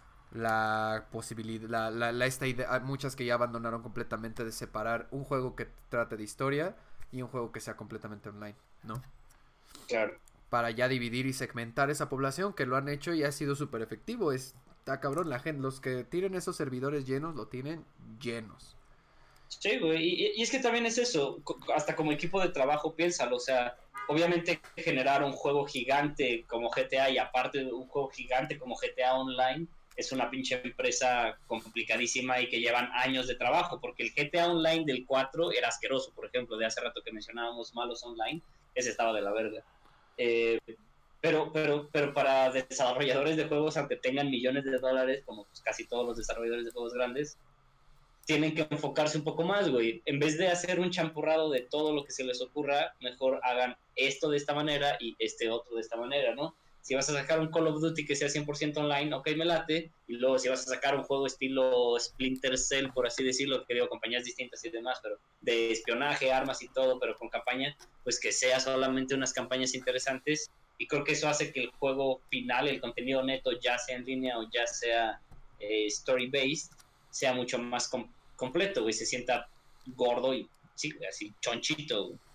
la posibilidad, la, la, la esta idea, muchas que ya abandonaron completamente de separar un juego que trate de historia y un juego que sea completamente online, ¿no? Claro. Para ya dividir y segmentar esa población, que lo han hecho y ha sido súper efectivo. Está cabrón, la gente, los que tienen esos servidores llenos, lo tienen llenos. Sí, güey, y, y es que también es eso, hasta como equipo de trabajo piénsalo, o sea, obviamente generar un juego gigante como G T A y aparte de un juego gigante como G T A Online es una pinche empresa complicadísima y que llevan años de trabajo, porque el G T A Online del cuatro era asqueroso, por ejemplo, de hace rato que mencionábamos malos online, ese estaba de la verga. Eh, Pero, pero, pero para desarrolladores de juegos, aunque tengan millones de dólares, como pues casi todos los desarrolladores de juegos grandes, tienen que enfocarse un poco más, güey. En vez de hacer un champurrado de todo lo que se les ocurra, mejor hagan esto de esta manera y este otro de esta manera, ¿no? Si vas a sacar un Call of Duty que sea cien por ciento online, ok, me late. Y luego si vas a sacar un juego estilo Splinter Cell, por así decirlo, que digo, compañías distintas y demás, pero de espionaje, armas y todo, pero con campaña, pues que sea solamente unas campañas interesantes. Y creo que eso hace que el juego final, el contenido neto, ya sea en línea o ya sea eh, story-based, sea mucho más com completo, güey, se sienta gordo y sí, así chonchito, güey.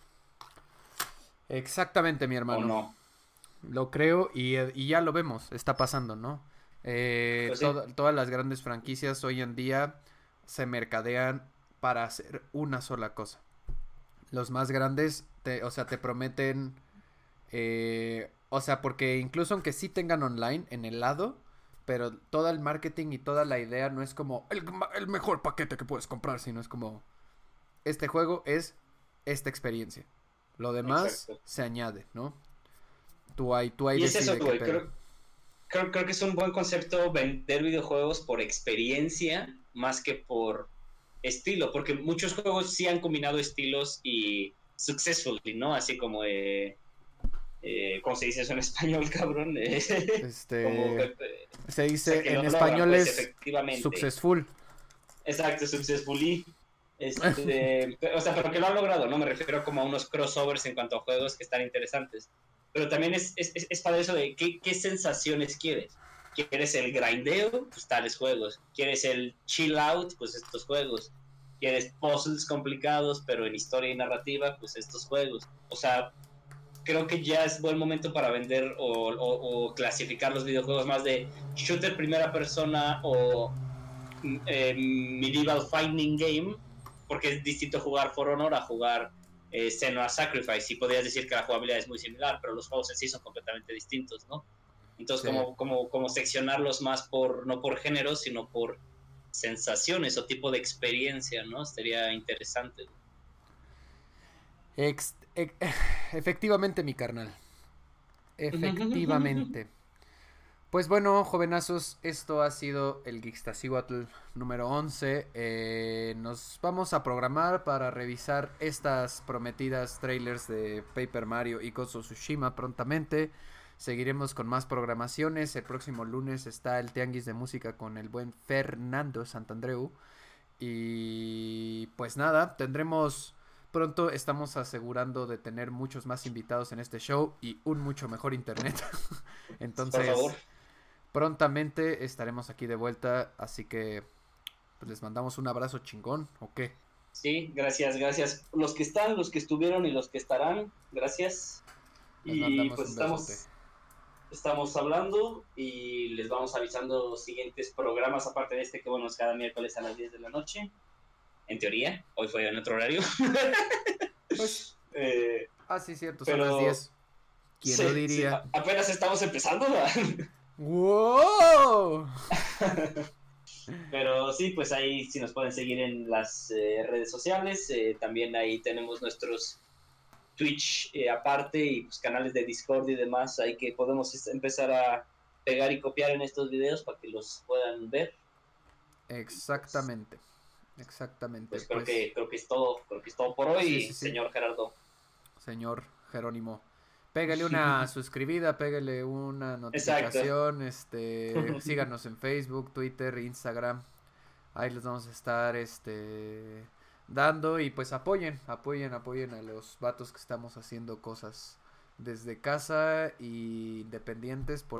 Exactamente, mi ¿O hermano. no? Lo creo y, y ya lo vemos, está pasando, ¿no? Eh, Pues sí, to todas las grandes franquicias hoy en día se mercadean para hacer una sola cosa. Los más grandes, te, o sea, te prometen, eh, o sea, porque incluso aunque sí tengan online en el lado, pero todo el marketing y toda la idea no es como el, el mejor paquete que puedes comprar, sino es como, este juego es esta experiencia. Lo demás exacto. se añade, ¿no? Tú ahí, tú ahí Y es eso, decide qué güey, pedo. creo, creo, creo que es un buen concepto vender videojuegos por experiencia más que por estilo, porque muchos juegos sí han combinado estilos y successfully, ¿no? Así como, eh, eh, ¿cómo se dice eso en español, cabrón? como, Este, eh, se o sea, dice que en lo logran, español pues, es efectivamente. successful. Exacto, successfully. Este, o sea, pero que lo han logrado, ¿no? Me refiero como a unos crossovers en cuanto a juegos que están interesantes. Pero también es, es, es para eso de qué, qué sensaciones quieres. ¿Quieres el grindeo? Pues tales juegos. ¿Quieres el chill out? Pues estos juegos. ¿Quieres puzzles complicados, pero en historia y narrativa? Pues estos juegos. O sea, creo que ya es buen momento para vender o, o, o clasificar los videojuegos más de shooter primera persona o eh, medieval fighting game, porque es distinto jugar For Honor a jugar eh, Senua Sacrifice. Y podrías decir que la jugabilidad es muy similar, pero los juegos en sí son completamente distintos, ¿no? Entonces, Sí. como, como, como seccionarlos más por, no por género, sino por sensaciones o tipo de experiencia, ¿no? Sería interesante. Ex e efectivamente, mi carnal. Efectivamente. Pues bueno, jovenazos, esto ha sido el Geekstasihuatl número once. Eh, nos vamos a programar para revisar estas prometidas trailers de Paper Mario y Ghost of Tsushima prontamente. Seguiremos con más programaciones. El próximo lunes está el Tianguis de Música con el buen Fernando Santandreu. Y pues nada, tendremos pronto, estamos asegurando de tener muchos más invitados en este show y un mucho mejor internet. Por favor. Entonces, prontamente estaremos aquí de vuelta, así que pues les mandamos un abrazo chingón, ¿o qué? Sí, gracias, gracias. Los que están, los que estuvieron y los que estarán, gracias. Les Y mandamos pues un besote. estamos estamos hablando y les vamos avisando los siguientes programas, aparte de este que bueno, es cada miércoles a las diez de la noche, en teoría, hoy fue en otro horario. Pues, eh, ah, sí, cierto, son las pero diez. ¿Quién lo sí, sí, diría? apenas estamos empezando. ¡Wow! Pero sí, pues ahí sí nos pueden seguir en las eh, redes sociales, eh, también ahí tenemos nuestros Twitch eh, aparte y pues canales de Discord y demás, ahí que podemos empezar a pegar y copiar en estos videos para que los puedan ver. Pues, Exactamente, exactamente, pues creo pues que creo que es todo, creo que es todo por sí, sí, hoy, sí, señor Gerardo. señor Jerónimo. Pégale una suscribida, pégale una Exacto. notificación, este, síganos en Facebook, Twitter, Instagram. Ahí les vamos a estar este dando y pues apoyen, apoyen, apoyen a los vatos que estamos haciendo cosas desde casa y independientes por